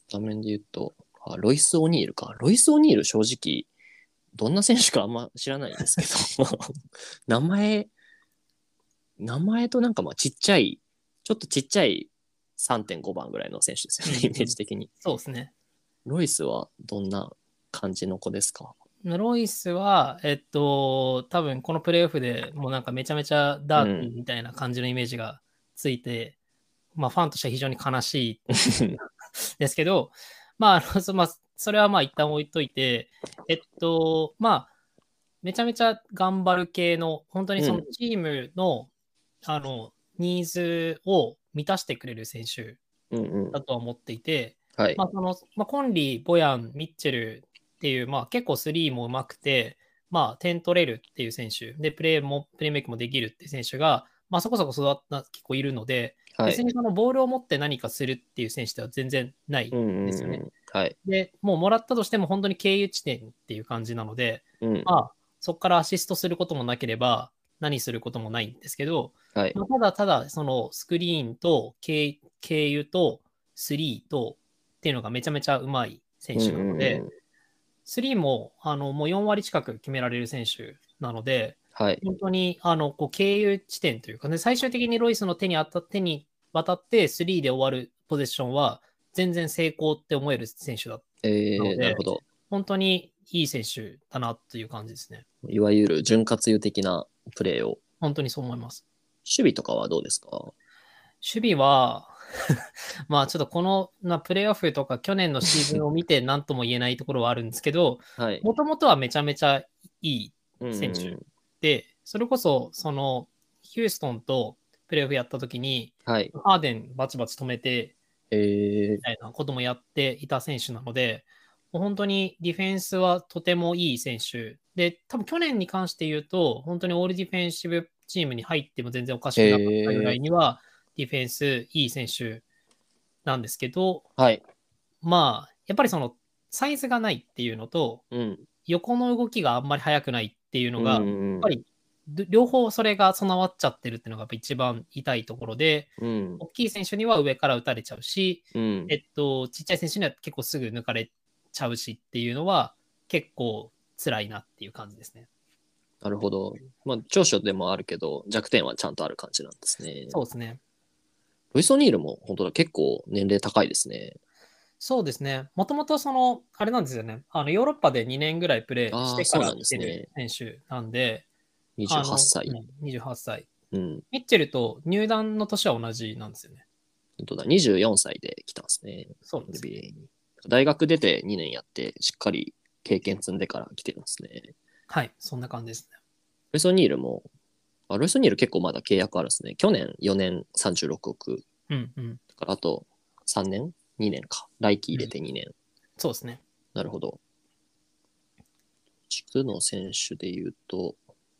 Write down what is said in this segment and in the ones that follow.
画面で言うと、ロイス・オニールか。ロイス・オニール正直、どんな選手かあんま知らないんですけど、名前、名前となんかまあちっちゃい、ちょっとちっちゃい3.5番ぐらいの選手ですよね、イメージ的に。 そうですね。 ロイスはどんな感じの子ですか？ ロイスは、多分このプレーオフでもうなんかめちゃめちゃダーティーみたいな感じのイメージがついて、まあファンとしては非常に悲しいですけど、まあ、まあ、それはまあ一旦置いといて、まあ、めちゃめちゃ頑張る系の、本当にそのチームの、ニーズを満たしてくれる選手うんうん。 だとは思っていて、 はい。 まあ、コンリー、ボヤン、ミッチェルっていう、まあ、結構スリーも上手くて、まあ、点取れるっていう選手、で、プレーメイクもできるっていう選手が、まあ、そこそこ育った結構いるので、 はい。 別にそのボールを持って何かするっていう選手では全然ないうんんですよね。 うんうん。はい。 で、もうもらったとしても本当に経由地点っていう感じなので、 うん。 まあ、そこからアシストすることもなければ、何することもないんですけど、 はい。 まあ、ただただ、そのスクリーンと経由とスリーとっていうのがめちゃめちゃうまい選手うんうなので、 んうん。 スリーももう4割近く決められる選手なので、 はい。 本当にこう経由地点というかね、最終的にロイスの手に渡ってスリーで終わるポゼッションは全然成功って思える選手だなので、 なるほど。 本当にいい選手だなという感じですね。 いわゆる潤滑油的なプレーを。 本当にそう思います。 守備とかはどうですか？ 守備はまあちょっとこの、プレーオフとか去年のシーズンを見て何とも言えないところはあるんですけど、 はい。 もともとはめちゃめちゃいいうん選手うんうん。 で、それこそ、ヒューストンとプレーオフやった時に、 はい。 ハーデンバチバチ止めて、 えみたいなこともやっていた選手なので、もう本当にディフェンスはとてもいい選手で、多分去年に関して言うと、本当にオールディフェンシブチームに入っても全然おかしくなかったぐらいには、ディフェンスいい選手なんですけど、 はい。 まあ、やっぱりそのサイズがないっていうのと、 うん。 横の動きがあんまり速くないっていうのうんが、やっうん。 ぱり両方それが備わっちゃってるっていうのが一番痛いところで、 うん。 大きい選手には上から打たれちゃうし、 うん。 ちっちゃい選手には結構すぐ抜かれちゃうしっていうのは結構辛いなっていう感じですね。 なるほど。まあ、長所でもあるけど、弱点はちゃんとある感じなんですね。 そうですね。 ロイソニールも本当だ、結構年齢高いですね。 そうですね。もともとあれなんですよね。ヨーロッパで2年ぐらいプレーしああ、 てかそうなんら来てるですね。 選手なんで、 28歳。 28歳。 うん。 ミッチェルと入団の年は同じなんですよね。 本当だ、24歳で来たんですね。 そうなんですよ。 NBA に。大学出て2年やって、しっかり経験積んでから来てますね。 はい、そんな感じですね。 ロイソニールも、ロイソニール結構まだ契約あるんですね。去年4年36億。 うんうん。 だからあと3年 ?2 年か。来季入れうん、 て2年。 そうですね。 なるほど。地区の選手で言うと、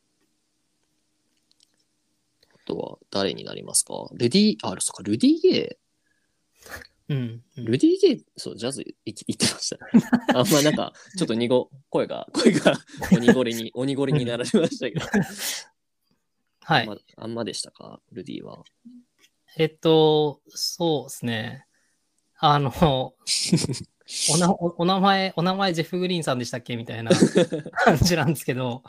あとは誰になりますか？そうか、ルディゲうんうー。 ん。 ルディゲー、そう、ジャズ言ってましたね。あんまなんか、ちょっと声が鬼ごりになられましたけど。 はい。 あんまでしたか、ルディは。 そうですね。あの、お名前ジェフ・グリーンさんでしたっけみたいな感じなんですけど、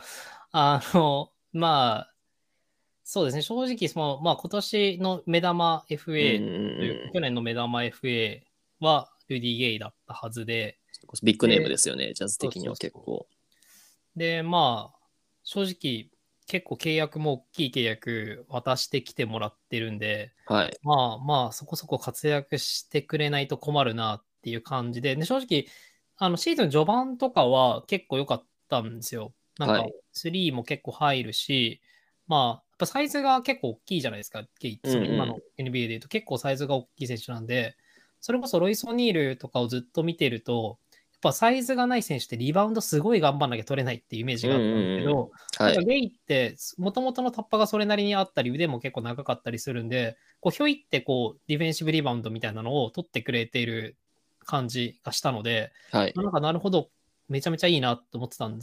まあ、そうですね。正直、まあ、今年の目玉うんう FA というか、 んうん。 去年の目玉 FA はルディ・ゲイだったはずで、 ビッグネームで、 ですよね、ジャズそう的にはそうそう。 結構。 で、まあ、正直、結構契約も大きい契約渡してきてもらってるんで、 はい。 まあまあ、そこそこ活躍してくれないと困るなっていう感じで、正直、シーズン序盤とかは結構良かったんですよ。なんか、 はい。 スリーも結構入るし、まあ、やっぱサイズが結構大きいじゃないですか、ゲイって、 うんう今のん。 NBA で言うと結構サイズが大きい選手なんで、それこそロイス・オニールとかをずっと見てると、やっぱサイズがない選手ってリバウンドすごい頑張んなきゃ取れないっていうイメージうんうがあったんですけんうん。 ど、 はい。 なんかゲイってもともとのタッパがそれなりにあったり、腕も結構長かったりするんで、こうひょいってこうディフェンシブリバウンドみたいなのを取ってくれている感じがしたので、 はい。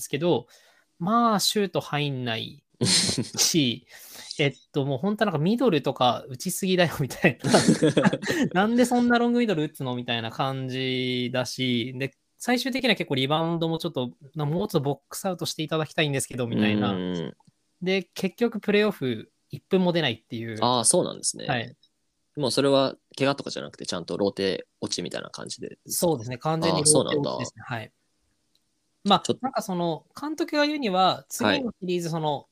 なんかなるほど、めちゃめちゃいいなと思ってたんですけど、まあシュート入んないし、もう本当なんかミドルとか打ちすぎだよみたいな。なんでそんなロングミドル打つのみたいな感じだし、で、最終的には結構リバウンドもちょっと、もうちょっとボックスアウトしていただきたいんですけど、みたいな。で、結局プレーオフ1分も出ないっていう。 ああ、そうなんですね。 はい。 もうそれは怪我とかじゃなくて、ちゃんとローテ落ちみたいな感じで。 そうですね。完全にローテ落ちですね。はい。まあ、なんかその、監督が言うには、次のシリーズ、その、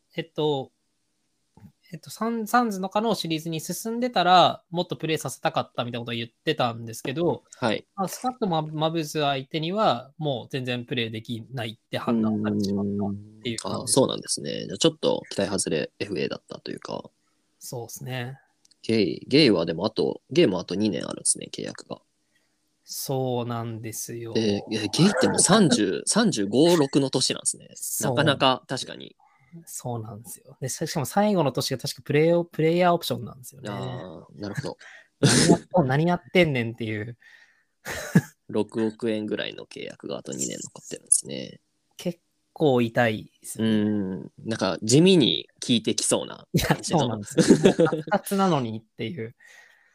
サンズのかのシリーズに進んでたら、もっとプレーさせたかったみたいなことを言ってたんですけど、 はい。 まあ、スカットマブズ相手には、もう全然プレーできないって判断されてしまったっていう感じです。 そうなんですね。じゃあちょっと期待外れ FA だったというか。 そうですね。 ゲイはでもゲイもあと2年あるんですね、契約が。 そうなんですよ。 ゲイってもう35、6の年なんですね。なかなか確かに。 そうなんですよ。で、しかも最後の年が確かプレイヤーオプションなんですよね。 ああ、なるほど。 何やってんねんっていう。 6億円ぐらいの契約があと2年残ってるんですね。 結構痛いですよね。 なんか地味に効いてきそうな感じの。 そうなんですよ。2つなのにっていう。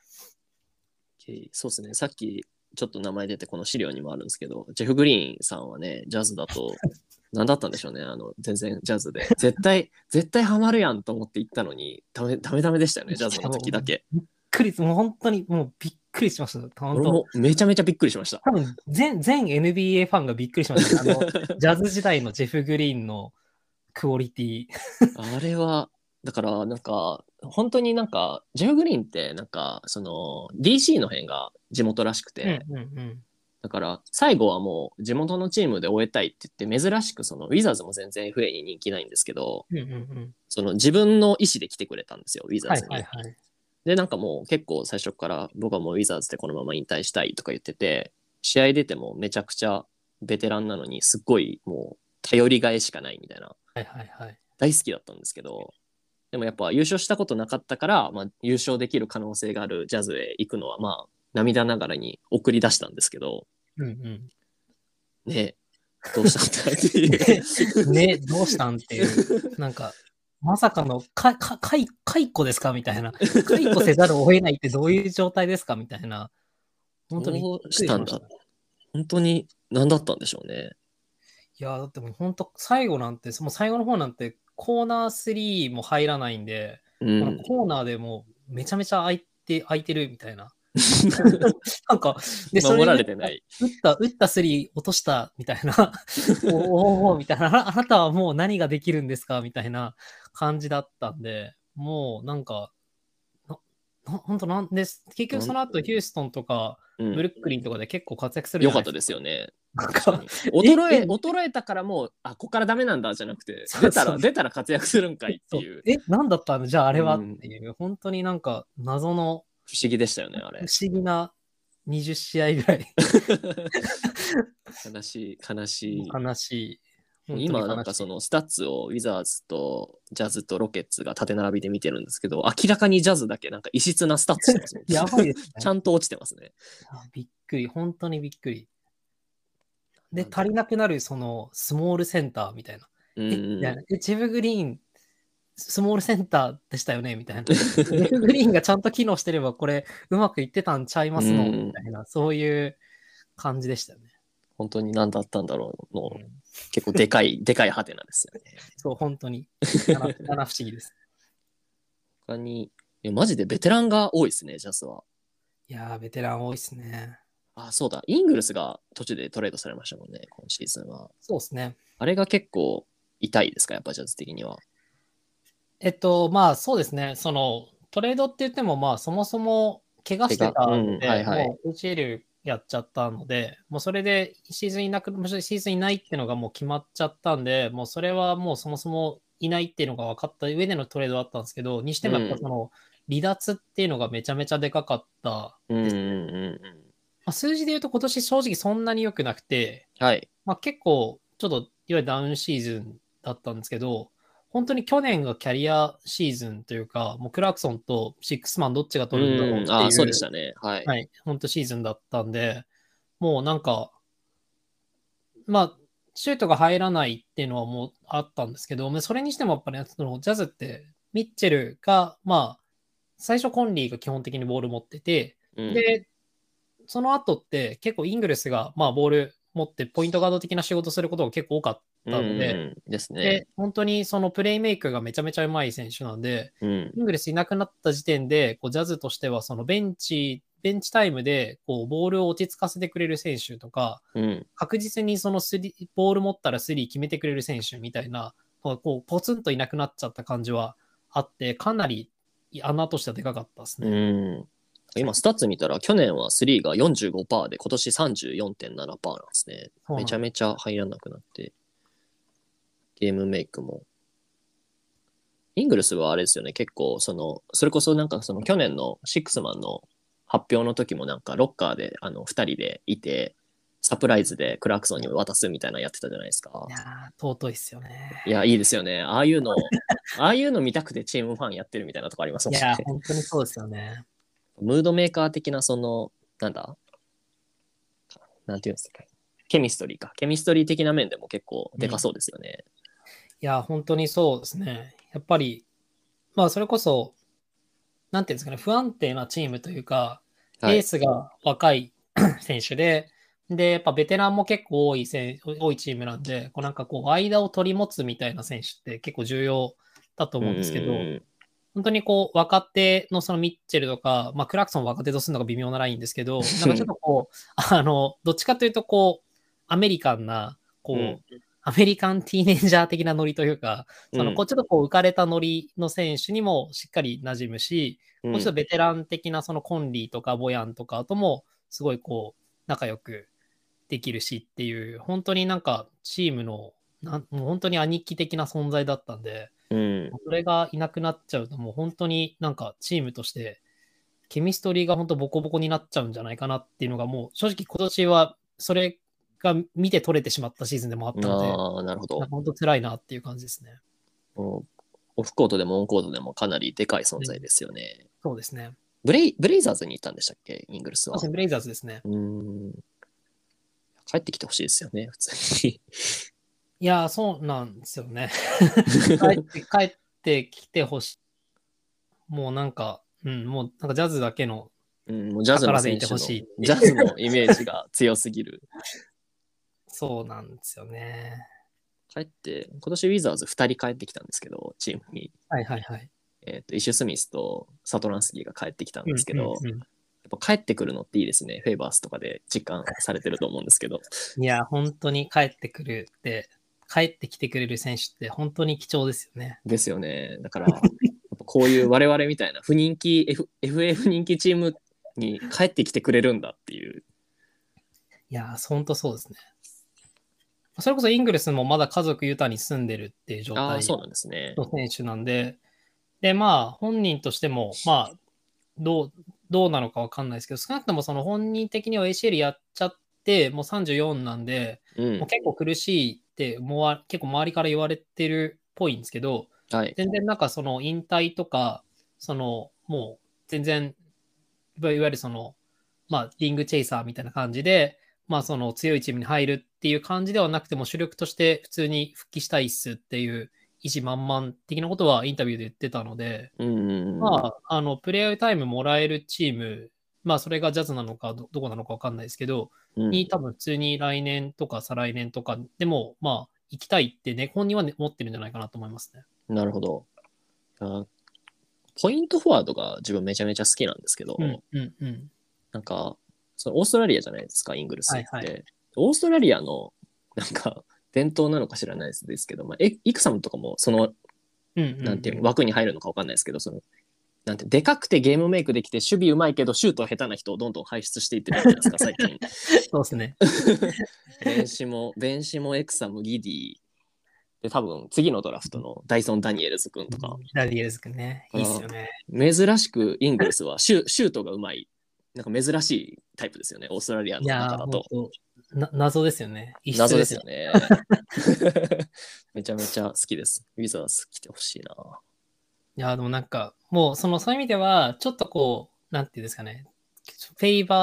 そうですね。さっきちょっと名前出てこの資料にもあるんですけど、ジェフ・グリーンさんはね、ジャズだと、何だったんでしょうね。全然ジャズで。絶対ハマるやんと思って行ったのに、ダメでしたよね、ジャズの時だけ。 びっくり、もう本当にもうびっくりしました。 俺もめちゃめちゃびっくりしました。 多分全 NBA ファンがびっくりしました。ジャズ時代のジェフ・グリーンのクオリティ。 あれは、だからなんか、本当になんか、ジェフ・グリーンってなんか、DC の辺が地元らしくて、だから最後はもう地元のチームで終えたいって言って珍しくウィザーズも全然 FA に人気ないんですけど、自分の意思で来てくれたんですよ、ウィザーズに。で、なんかもう結構最初から僕はもうウィザーズでこのまま引退したいとか言ってて、試合出てもめちゃくちゃベテランなのにすっごいもう頼りがいしかないみたいな、大好きだったんですけど、でもやっぱ優勝したことなかったから、まあ、優勝できる可能性があるジャズへ行くのはまあ涙ながらに送り出したんですけど、ね、どうしたんだっていうね、どうしたんっていう。なんか、まさかの解雇ですかみたいな。解雇せざるを得ないってどういう状態ですかみたいな。本当にどうしたんだ。本当に何だったんでしょうね。 いや、だってもう本当、最後の最後の方なんて、コーナー3も入らないんで、このコーナーでもうめちゃめちゃ空いてるみたいな。なんか、 で、守られてない。 打った3落としたみたいな。おおみたいな。あなたはもう何ができるんですかみたいな感じだったんで、もうなんか、本当なんです。結局その後ヒューストンとか、ブルックリンとかで結構活躍するじゃないですか。よかったですよね。衰えたからもう、ここからダメなんだじゃなくて、出たら活躍するんかいっていう。 何だったのじゃああれはっていう、本当になんか謎の不思議でしたよね、あれ。 不思議な20試合ぐらい。 悲しい。 今なんかスタッツをウィザーズとジャズとロケッツが縦並びで見てるんですけど、明らかにジャズだけなんか異質なスタッツしてますもん。 やばいですね。 ちゃんと落ちてますね。 びっくり、本当にびっくり。で、足りなくなるスモールセンターみたいな。ジェフ・グリーン、スモールセンターでしたよねみたいな。ジェフ・グリーンがちゃんと機能してれば、これうまくいってたんちゃいますのみたいな、そういう感じでしたよね。 本当に何だったんだろうの、結構でかいハテナですよね。 そう、本当に。不思議です。 他に、マジでベテランが多いですね、ジャズは。 いやー、ベテラン多いですね。 そうだ。イングルスが途中でトレードされましたもんね、今シーズンは。 そうですね。 あれが結構痛いですか、やっぱジャズ的には。 まあそうですね。トレードって言っても、まあそもそも怪我してたので、もう ACL やっちゃったので、もうそれでシーズンいないっていうのがもう決まっちゃったんで、もうそれはもうそもそもいないっていうのが分かった上でのトレードだったんですけど、にしてもやっぱ離脱っていうのがめちゃめちゃでかかったですね。数字で言うと今年正直そんなに良くなくて、まあ、結構ちょっといわゆるダウンシーズンだったんですけど、本当に去年がキャリアシーズンというか、もうクラークソンとシックスマンどっちが取るんだろうっていう、 そうでしたね。はい。 本当シーズンだったんで、もうなんか、まあ、 シュートが入らないっていうのはもうあったんですけど、それにしてもやっぱり、ジャズって、ミッチェルが、最初コンリーが基本的にボール持ってて、 うん。 で、その後って結構イングルスが、ボール持ってポイントガード的な仕事することが結構多かっうんたので、 うん。ですね。 で、本当にそのプレイメイクがめちゃめちゃうまい選手なんで、 うん。 イングレスいなくなった時点で、ジャズとしてはそのベンチタイムでボールを落ち着かせてくれる選手とか、 うん。 確実にそのボール持ったらスリー決めてくれる選手みたいな、ポツンといなくなっちゃった感じはあって、かなり穴としてはでかかったですね。 うん。今、スタッツ見たら、去年はスリーが45%で、今年34.7%なんですね。めちゃめちゃ入らなくなって、ゲームメイクも。イングルスはあれですよね、結構、それこそなんかその去年のシックスマンの発表の時もなんかロッカーで2人でいて、サプライズでクラークソンに渡すみたいなのやってたじゃないですか。 いやー、尊いっすよね。 いや、いいですよね。ああいうの見たくてチームファンやってるみたいなとこありますもんね。 いやー、本当にそうですよね。 ムードメーカー的ななんていうんですか。ケミストリーか。ケミストリー的な面でも結構でかそうですよね。 いやー、本当にそうですね。やっぱり、それこそ、なんていうんですかね、不安定なチームというか、 はい。 エースが若い選手で、やっぱベテランも結構多いチームなんで、間を取り持つみたいな選手って結構重要だとうんう思うんですけど、 ん本当に若手のそのミッチェルとか、クラクソンを若手とするのが微妙なラインですけど、なんかちょっとどっちかというとアメリカンな、 うん。 アメリカンティーネイジャー的なノリというか、 うん。 ちょっと浮かれたノリの選手にもしっかり馴染むし、 うん。 もうちょっとベテラン的なそのコンリーとかボヤンとかともすごい仲良くできるしっていう、本当になんかチームのもう本当に兄貴的な存在だったんで、 うん。 それがいなくなっちゃうともう本当になんかチームとしてケミストリーが本当ボコボコになっちゃうんじゃないかなっていうのがもう正直今年はそれが見て取れてしまったシーズンでもあったので、 ああ、なるほど。 なんか本当辛いなっていう感じですね。 うんオフコートでもオンコートでもかなりでかい存在うん、 ですよね。 そうですね。 ブレイザーズに行ったんでしたっけイングルスは。 ブレイザーズですね。 うん。帰ってきてほしいですよね、普通に。 いやー、そうなんですよね。帰ってきてほしい。もうなんか、もうなんかジャズだけのうん、もうジャズの宝でい選手の、 てほしいっていう。 ジャズのイメージが強すぎる。 そうなんですよね。 帰って、今年ウィザーズ2人帰ってきたんですけど、チームに。 はいはいはい。 イシュ・スミスとサトランスキーが帰ってきたんうんですけど、 うんうん。 やっぱ帰ってくるのっていいですね。フェイバースとかで実感されてると思うんですけど。 いや、本当に帰ってきてくれる選手って本当に貴重ですよね。 ですよね。だから、やっぱこういう我々みたいな不人気、FA 人気チームに帰ってきてくれるんだっていう。 いや、本当そうですね。それこそイングルスもまだ家族ユタに住んでるっていう状ああ、そ態うなんですね。 の選手なんで、で、本人としても、どうなのかわかんないですけど、少なくともその本人的には ACL やっちゃって、もう34なんで、もううん。 結構苦しいって、結構周りから言われてるっぽいんですけど、 はい。 全然なんかその引退とか、もう全然、いわゆるリングチェイサーみたいな感じで、その強いチームに入るっていう感じではなくても、主力として普通に復帰したいっすっていう意思満々的なことはインタビューで言ってたので、 うんうんうん。 プレイタイムもらえるチーム、それがジャズなのかどこなのかわかんないですけど、 うん。 に多分普通に来年とか再来年とかでも、行きたいってね、本人は、ね、思ってるんじゃないかなと思いますね。 なるほど。ポイントフォワードが自分めちゃめちゃ好きなんですけど、 うん、うん、うん。 なんか、オーストラリアじゃないですか、イングルスっはい、はい。 て。オーストラリアの、なんか、伝統なのか知らないですけど、イクサムとかも、 うん、うん、 なんていうの、 うん。 枠に入るのかわかんないですけど、なんて、でかくてゲームメイクできて、守備うまいけど、シュート下手な人をどんどん輩出していってるじゃないですか、最近。 そうですね。 ベンシモ、エクサム、ギディ、で、多分、次のドラフトのダイソン・ダニエルズ君とか、 ダディエルズ君ね。いいっすよね。 珍しくイングルスはシュートがうまい、なんか珍しいタイプですよね、オーストラリアのいやー、 中だと。 本当謎ですよね。異質謎ですですよ。 よね。めちゃめちゃ好きです。ウィザーズ来てほしいな。 いやー、でもなんか、もう、そういう意味では、ちょっとなんていうんですかね。フェイバーズ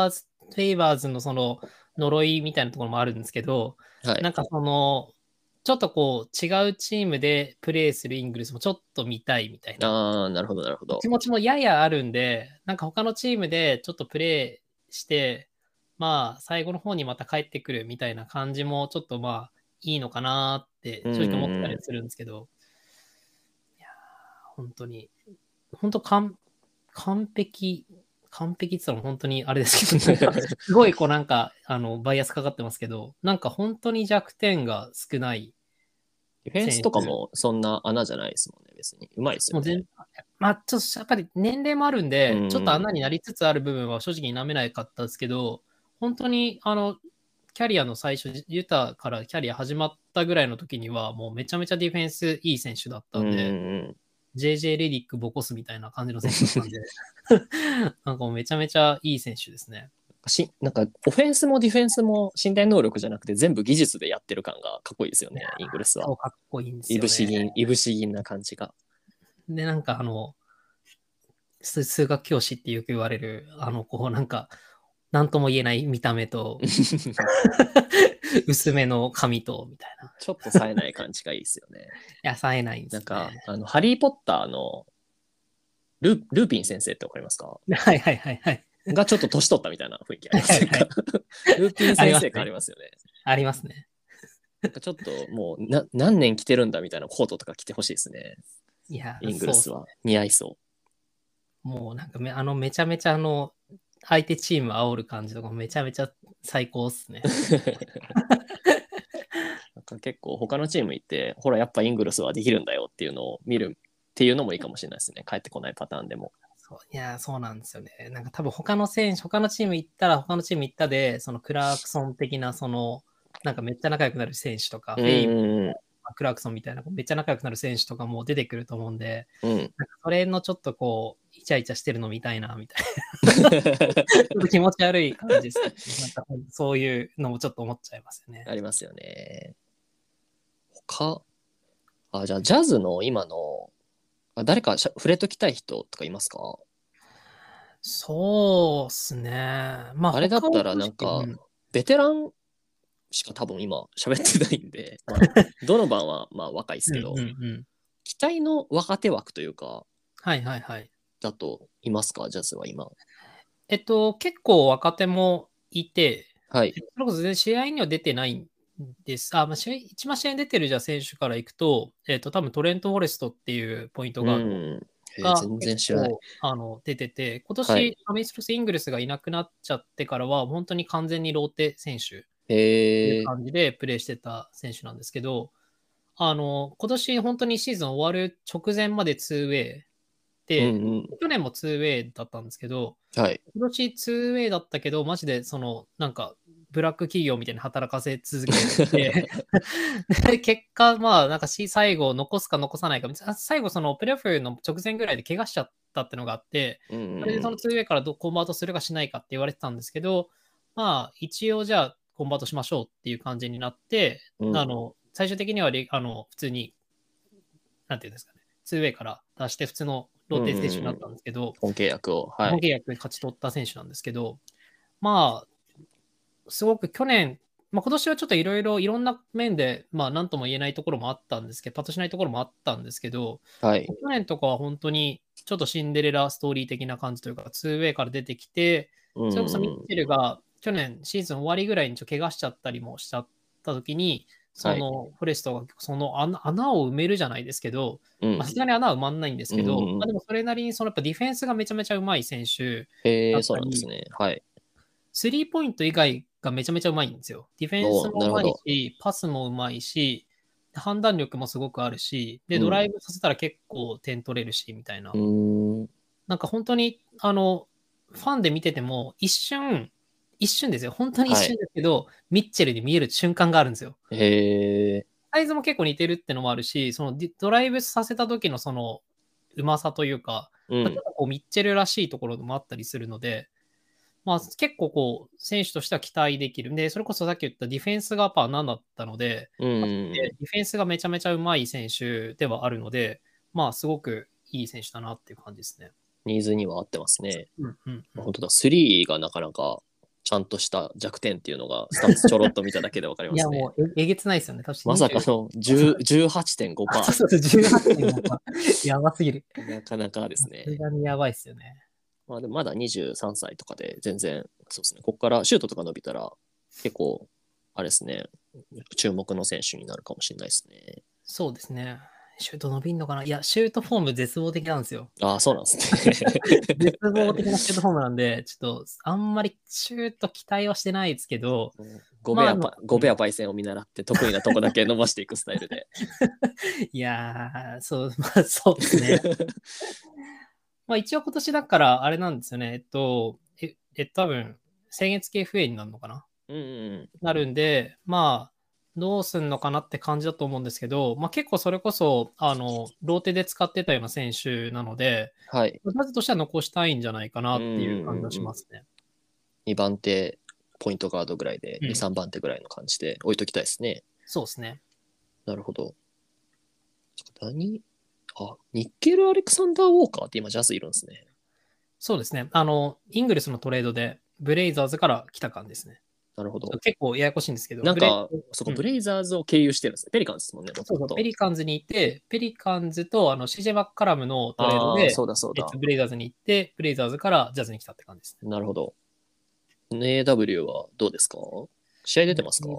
フェイバーズのその呪いみたいなところもあるんですけど、 はい。 なんかその、ちょっとこう違うチームでプレーするイングルスもちょっと見たいみたいなああ、なるほど、なるほど。 気持ちもややあるんで、なんか他のチームでちょっとプレーして、まあ最後の方にまた帰ってくるみたいな感じもちょっとまあいいのかなって正直思ってたりするんですけど、いや本当に、本当完璧、完璧って言ったら本当にあれですけど、すごいこうなんか、バイアスかかってますけど、なんか本当に弱点が少ないディフェンス選手。 とかもそんな穴じゃないですもんね、別に。うまいですよね。 まあ、ちょっとやっぱり年齢もあるんで、ちょっと穴になりつつある部分は正直否めないかったですけど、本当にキャリアの最初、ユタからキャリア始まったぐらいの時には、もうめちゃめちゃディフェンスいい選手だったんで、JJ レディックボコスみたいな感じの選手だったんで、なんかもうめちゃめちゃいい選手ですね。 なんか、オフェンスもディフェンスも身体能力じゃなくて全部技術でやってる感がかっこいいですよね、イングルスは。 そうかっこいいんですよね。 いぶし銀な感じが。 で、なんか数学教師ってよく言われる、こうなんか、なんとも言えない見た目と、薄めの髪と、みたいな。 ちょっと冴えない感じがいいですよね。 いや、冴えないんですね。 なんか、ハリー・ポッターのルーピン先生ってわかりますか？ はいはいはいはい。 がちょっと年取ったみたいな雰囲気ありませんか？ルーピン先生感ありますよね。 ありますね。 なんかちょっともう何年着てるんだみたいなコートとか着てほしいですね。 いや、 イングルスは似合いそう。 もうなんかめちゃめちゃ相手チーム煽る感じとかめちゃめちゃ最高っすね。 なんか結構他のチーム行って、ほらやっぱイングルスはできるんだよっていうのを見るっていうのもいいかもしれないですね。帰ってこないパターンでも。 いや、そうなんですよね。なんか多分他のチーム行ったら他のチーム行ったで、そのクラークソン的ななんかめっちゃ仲良くなる選手とか、フェイクラークソンみたいなめっちゃ仲良くなる選手とかも出てくると思うんで、なんかそれのちょっとこう、イチャイチャしてるの見たいな、みたいな。ちょっと気持ち悪い感じですね。なんかそういうのもちょっと思っちゃいますよね。 ありますよね。じゃあジャズの今の、誰か触れときたい人とかいますか？ そうっすね。まあ、 あれだったらなんか、ベテランしか多分今喋ってないんで、まあ、どの番はまあ若いですけど、期待の若手枠というか、 はいはいはい。 だといますか、ジャズは今。 結構若手もいて、 はい。 それこそ全然試合には出てないんです。一番試合に出てるじゃあ選手からいくと、多分トレント・フォレストっていうポイントガードが全然結知らない。 構出てて、今はい年、アメスロス・イングルスがいなくなっちゃってからは、本当に完全にローテ選手っていう感じでプレーしてた選手なんですけど、今年本当にシーズン終わる直前まで 2way で、去年も 2way だったんですけど、 はい、 今年 2way だったけど、マジでなんか、ブラック企業みたいに働かせ続けてで、結果、まあ、なんか最後残すか残さないか、最後プレーオフの直前ぐらいで怪我しちゃったってのがあって、それでその 2way からコンバートするかしないかって言われてたんですけど、まあ、一応じゃあコンバートしましょうっていう感じになって、最終的には普通に、なんていうんですかね、2way から出して普通のローテ選手になったんですけど、 本契約を、 本契約で勝ち取った選手なんですけど、まあ、すごく去年、今年はちょっといろんな面で、まあ、なんとも言えないところもあったんですけど、パッとしないところもあったんですけど、 はい、 去年とかは本当にちょっとシンデレラストーリー的な感じというか、2way から出てきて、それこそミッチェルが去年シーズン終わりぐらいに怪我しちゃったりもしちゃった時に、フォレストがその穴を埋めるじゃないですけど、さすがに穴は埋まんないんですけど、でもそれなりにやっぱディフェンスがめちゃめちゃうまい選手だったそうなんですり、 ね。はい。 スリーポイント以外がめちゃめちゃうまいんですよ。ディフェンスもうまいし、パスもうまいし、判断力もすごくあるし、で、ドライブさせたら結構点取れるし、みたいな。なんか本当に、ファンで見てても、一瞬ですよ。本当に一瞬ですけど、ミッチェルに見える瞬間があるんですよ。サイズも結構似てるってのもあるし、ドライブさせた時のうまさというか、ちょっとこうミッチェルらしいところもあったりするので、まあ、結構こう、選手としては期待できる。で、それこそさっき言ったディフェンスがやっぱ穴だったので、ディフェンスがめちゃめちゃうまい選手ではあるので、まあ、すごくいい選手だなっていう感じですね。 ニーズには合ってますね。本当だ、3がなかなかちゃんとした弱点っていうのが、スタッツちょろっと見ただけでわかりまいや、 すね。 もうえげつないですよね。確かまさかのそう 18.5%。 そうそう、18.5%。やばすぎる。 なかなかですさすね。 がにやばいっすよね。 まあでもまだ23歳とかで全然、そうですね。ここからシュートとか伸びたら、結構、あれですね、注目の選手になるかもしれないですね。 そうですね。シュート伸びんのかな。いや、シュートフォーム絶望的なんですよ。 ああ、そうなんですね。 絶望的なシュートフォームなんで、ちょっとあんまりシュート期待はしてないですけど、まあ、 ゴベアパイセンを見習って得意なとこだけ伸ばしていくスタイルで。 いやー、そう、まあそうですね。まあ一応今年だからあれなんですよね。多分、先月系 FA になるのかなうんうんなるんで、まあ、どうすんのかなって感じだと思うんですけど、まあ結構それこそ、ローテで使ってたような選手なので、 はい。 まずとしては残したいんじゃないかなうんっていう感じがうんうん。 しますね。 2番手、ポイントガードぐらいで、 うん 2、3番手ぐらいの感じで置いときたいですね。 そうですね。 なるほど。ニッケル・アレクサンダー・ウォーカーって今ジャズいるんですね。 そうですね。イングルスのトレードで、ブレイザーズから来た感じですね。 なるほど。 結構ややこしいんですけど、 なんか、そこうんブレイザーズを経由してるんですね。ペリカンズですもんね、もとそうそう、 もと。 ペリカンズに行って、ペリカンズとCJマッカラムのトレードああ、 で、 そうだそうだ。 ブレイザーズに行って、ブレイザーズからジャズに来たって感じですなるほど。NAW はどうですか？試合出てますか？ ね。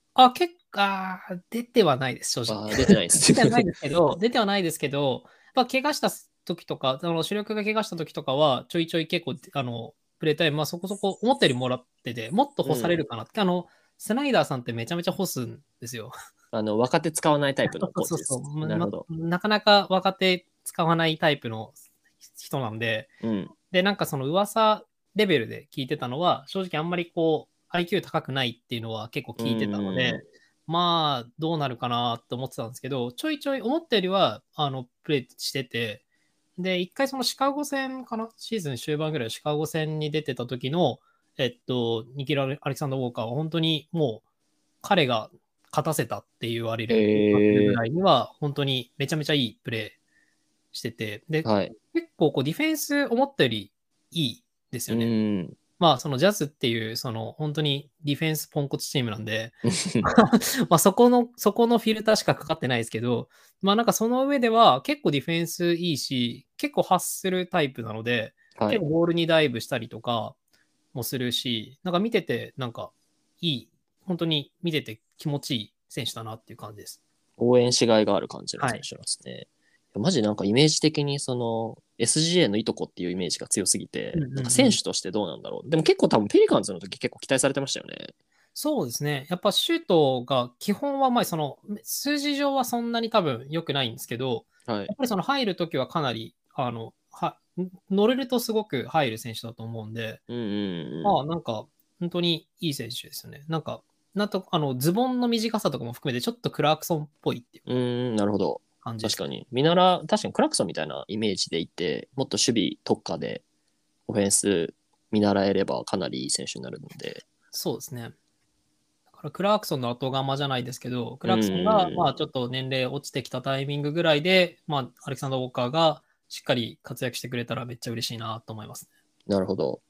出てはないです、正直。 出てないです出てはないですけど、怪我した時とか、主力が怪我した時とかは、ちょいちょい結構、プレイタイム、まあそこそこ思ったよりもらってて、もっと干されるかなって、スナイダーさんってめちゃめちゃ干すんですよ。 若手使わないタイプのコーチです。 そうそうなるほど。 なかなか若手使わないタイプの人なんで、 うん。 で、なんかその噂レベルで聞いてたのは、正直あんまりこう、IQ 高くないっていうのは結構聞いてたので、まあ、どうなるかなって思ってたんですけど、ちょいちょい思ったよりは、プレイしてて、で、一回そのシカゴ戦かなシーズン終盤ぐらいシカゴ戦に出てた時の、ニキラ・アレキサンダー・ウォーカーは本当にもう彼が勝たせたって言われるぐらいには、本当にめちゃめちゃいいプレーしてて、で、 はい。 結構こうディフェンス思ったよりいいですうよね。 ん。 まあ、そのジャズっていう、その本当にディフェンスポンコツチームなんで、まあそこのフィルターしかかかってないですけど、まあなんかその上では結構ディフェンスいいし、結構発するタイプなので、 はい。 結構ボールにダイブしたりとかもするし、なんか見てて、なんかいい、本当に見てて気持ちいい選手だなっていう感じです。 応援しがいがある感じのはい。 選手なんですね。マジなんかイメージ的にその SGA のいとこっていうイメージが強すぎて、なんか選手としてどうなんだろう。でも結構多分ペリカンズの時結構期待されてましたよね。 そうですね。やっぱシュートが基本はまあその数字上はそんなに多分良くないんですけど、 はい。 やっぱりその入るときはかなり乗れるとすごく入る選手だと思うんで、 うんうんうん。 まあなんか本当にいい選手ですよね。なんか、なんとズボンの短さとかも含めてちょっとクラークソンっぽいっていうなるほど。 感じです。 確かに。確かにクラクソンみたいなイメージでいて、もっと守備特化でオフェンス見習えればかなりいい選手になるので。 そうですね。だからクラークソンの後釜じゃないですけど、クうんラークソンがまあうんちょっと年齢落ちてきたタイミングぐらいで、まあアレクサンダー・ウォーカーがしっかり活躍してくれたらめっちゃ嬉しいなと思いますね。 なるほど。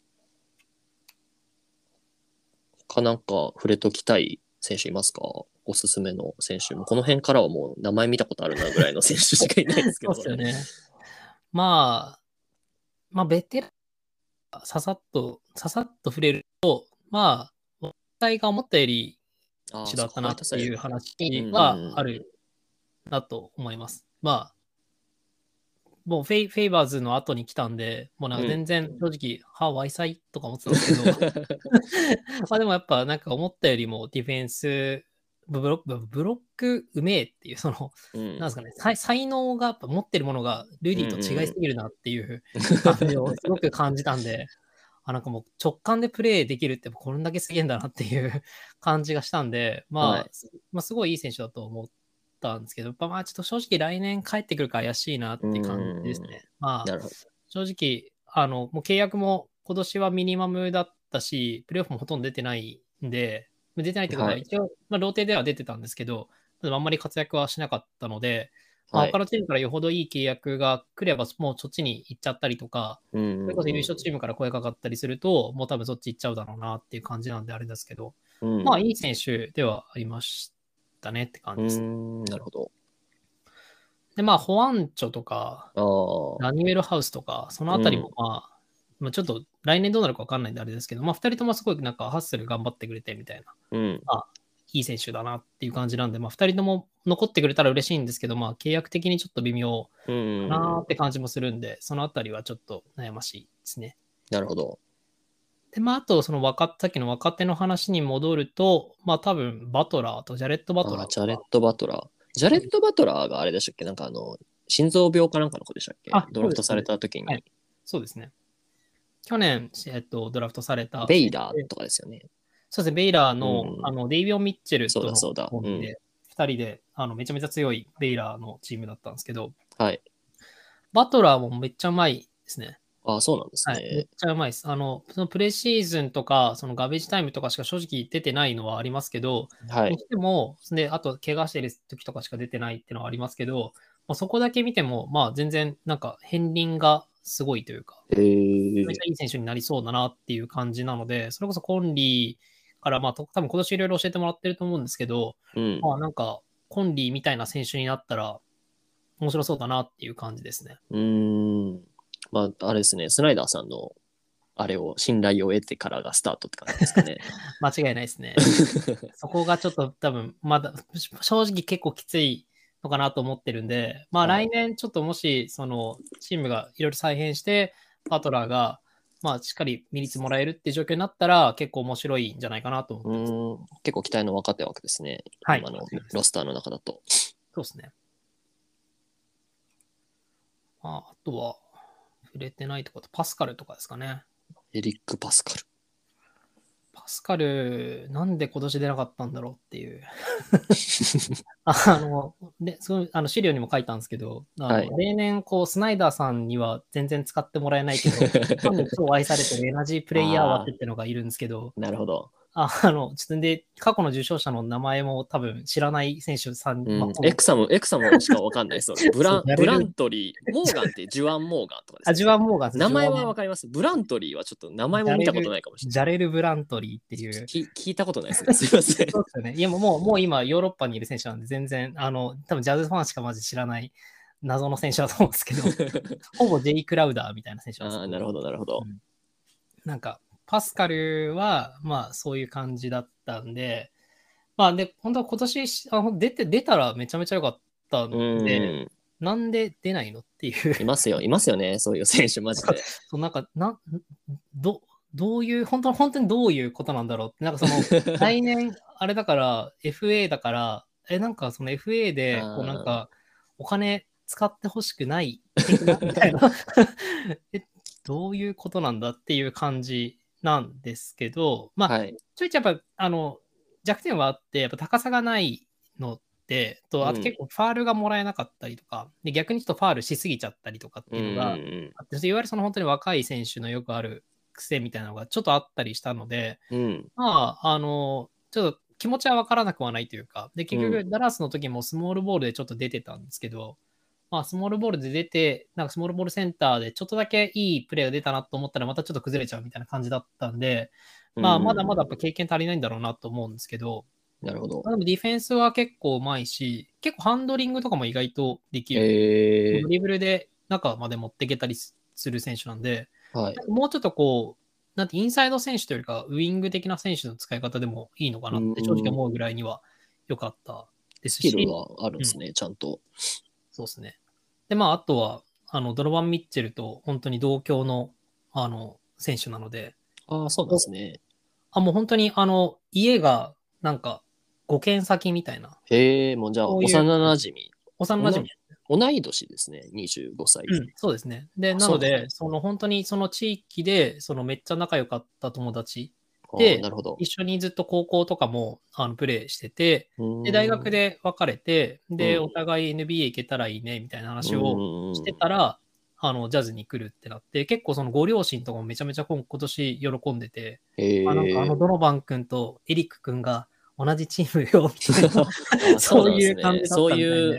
なんか触れときたい選手いますか？おすすめの選手。もうこの辺からはもう名前見たことあるなぐらいの選手しかいないですけそうどね。 ですよね。まあ、ベテランがささっと触れると、まあ、話題が思ったよりああ、そうか、 手だったなホワイトサイド。 っていううんうん話はうん。 あるなと思います。まあ、もうフェイバーズの後に来たんで、もうなんか全然正直、ワイサイとか思ってたんですけど、まあでもやっぱなんか思ったよりもディフェンス、ブロックうめえっていう、なんですかね、才能がやっぱ持ってるものがルディと違いすぎるなっていう感じをすごく感じたんで、なんかもう直感でプレイできるってこれだけすげえんだなっていう感じがしたんで、 はい。 まあすごいいい選手だと思ったんですけど、まあちょっと正直来年帰ってくるか怪しいなっうて感じですん。 ね。まあなるほど。 正直、もう契約も今年はミニマムだったし、プレーオフもほとんど出てないんで、出てないってことはい。 は一応、まあ、ローテでは出てたんですけど、あんまり活躍はしなかったので、 まあ、 はい。 他のチームからよほどいい契約が来れば、もうそっちに行っちゃったりとか、 うんそれこそ優勝チームから声かかったりすると、もう多分そっち行っちゃうだろうなっていう感じなんであれですけど、まあ、 うん。 いい選手ではありましたねって感うじです。 ん。なるほど。 で、まあ、ホアンチョとか、 ああ。 ラニュエルハウスとか、そのあたりもうん。 まあちょっと来年どうなるかわかんないんであれですけど、まあ、二人ともすごいなんかハッスル頑張ってくれてみたいな、 うん。 まあ、いい選手だなっていう感じなんで、まあ、二人とも残ってくれたら嬉しいんですけど、まあ、契約的にちょっと微妙うかなーん。 って感じもするんで、そのあたりはちょっと悩ましいですね。 なるほど。 で、まあ、あと、さっきの若手の話に戻ると、まあ、多分、バトラーとジャレット・バトああ、 ラーとか、 ジャレット・バトラー。ジャレット・バトラーがあれでしたっけ？なんか心臓病かなんかの子でしたっけ？ドそうです、 ラフトされそうです。はい。 た時に。 そうですね。去年、ドラフトされたベイ選手で、 ダーとかですよね。 そうですね、ベイラーうの、 ん。 デイビオン・ミッチェルそうだ、 とのそうだ。うん。 コンビで、2人で、めちゃめちゃ強いベイラーのチームだったんですけど、 はい。 バトラーもめっちゃうまいですね。 ああ、そうなんですはい、めっね。 ちゃうまいです。そのプレシーズンとか、そのガベージタイムとかしか正直出てないのはありますけど、 はい。 にしても、で、あと怪我してる時とかしか出てないっていうのはありますけど、まあ、そこだけ見ても、まあ全然なんか片鱗がすごいというか、 へえ。 めちゃめちゃいい選手になりそうだなっていう感じなので、それこそコンリーから、まあ、多分今年いろいろ教えてもらってると思うんですけど、 うん。 まあなんか、コンリーみたいな選手になったら面白そうだなっていう感じですね。 うーん。まあ、あれですね。スナイダーさんの、あれを、信頼を得てからがスタートって感じですかね。 間違いないですね。そこがちょっと多分、まだ、正直結構きついのかなと思ってるんで、まあはい。 来年ちょっともし、その、チームがいろいろ再編して、バトラーが、まあしっかりミリツもらえるっていう状況になったら、結構面白いんじゃないかなと思っうてます。 ーん。結構期待の若手枠ですね。 はい、 今の間違いないです。 ロスターの中だと。 そうですね。まあ、あとは、触れてないところと、パスカルとかですかね。 エリック・パスカル。 パスカル、なんで今年出なかったんだろうっていう。資料にも書いたんですけど、 はい。 例年、こう、スナイダーさんには全然使ってもらえないけど、ファンに超愛されてるエナジープレイヤーあ枠っていうのがいるんですけど、 あ、なるほど。 ちょっとで、過去の受賞者の名前も多分知らない選手さん、まあ、 うん。 ほぼ、 エクサムしかわかんないです。俺そう、 ブラントリー、モーガンってジュアン・モーガンとかですよね。 ジュアン・モーガンです、 名前はわかります。ブラントリーはちょっと名前も見たことないかもしれない。 ジャレル・ブラントリーっていう、 聞いたことないですね。すいません。 そうですよね。いや、もう今、ヨーロッパにいる選手なんで、全然、多分ジャズファンしかマジ知らない謎の選手だと思うんですけど、ほぼジェイ・クラウダーみたいな選手なんですああ、 けど、 なるほど、なるほど。 うん、なんか、パスカルは、まあ、そういう感じだったんで、まあ、で、本当は今年、出たらめちゃめちゃ良かったうんで、 ーん。 なんで出ないのっていう。 いますよね。そういう選手、マジで。 そうなんか、ど、どういう、本当にどういうことなんだろうって、なんかその、来年、あれだから、FA だから、なんかその FA で、こうなんあか、お金使ってほしくない的な、みたいなえ、どういうことなんだっていう感じなんですけど、まあ、 はい。 ちょいちょいやっぱ、弱点はあって、やっぱ高さがないのって、あとうん。 結構ファールがもらえなかったりとか、で逆にちょっとファールしすぎちゃったりとかっうんていうのがうんあって、いわゆるその本当に若い選手のよくある癖みたいなのがちょっとあったりしたので、 うん。 まあ、ちょっと気持ちはわからなくはないというか、で、結局、 うん。 ダラスの時もスモールボールでちょっと出てたんですけど、まあ、スモールボールで出て、なんかスモールボールセンターでちょっとだけいいプレーが出たなと思ったら、またちょっと崩れちゃうみたいな感じだったんで、 うん。 まあ、まだまだやっぱうん。 経験足りないんだろうなと思うんですけど、 なるほど。 まあ、でもディフェンスは結構うまいし、結構ハンドリングとかも意外とできる。ドえリブルで中まで持っていけたりする選手なんで、 はい。 もうちょっとこう、なんてインサイド選手というよりか、ウィング的な選手の使い方でもいいのかうなって正直ん。 思うぐらいには良かったでスすし、 キルはあるんでうん、 すね、ちゃんと。 そうですね。で、まあ、あとは、ドノバン・ミッチェルと本当に同郷の、選手なので、 ああ、そうなんですね。 もう本当に、家が、なんか、5軒先みたいな、 へえ、もうじゃあ、 そういう幼感じ、 馴染。 幼馴染。 同い年ですね、25歳。 うん、そうですね。で、 あ、 なので、 そうなんですね。 その本当にその地域で、そのめっちゃ仲良かった友達ああ、 で、 なるほど。 一緒にずっと高校とかもプレイしてて、 うで、大学ーん。 で別れて、で、おうん。 互い NBA 行けたらいいね、みたいなう話をしてーん。 たら、ジャズに来るってなって、結構そのご両親とかもめちゃめちゃ今年喜んでて、なんかへえ。 ドノバン君とエリック君が同じチームよ、みたいな、 あ、そうそうなんですね。 いう感じだっそういうたみたいで。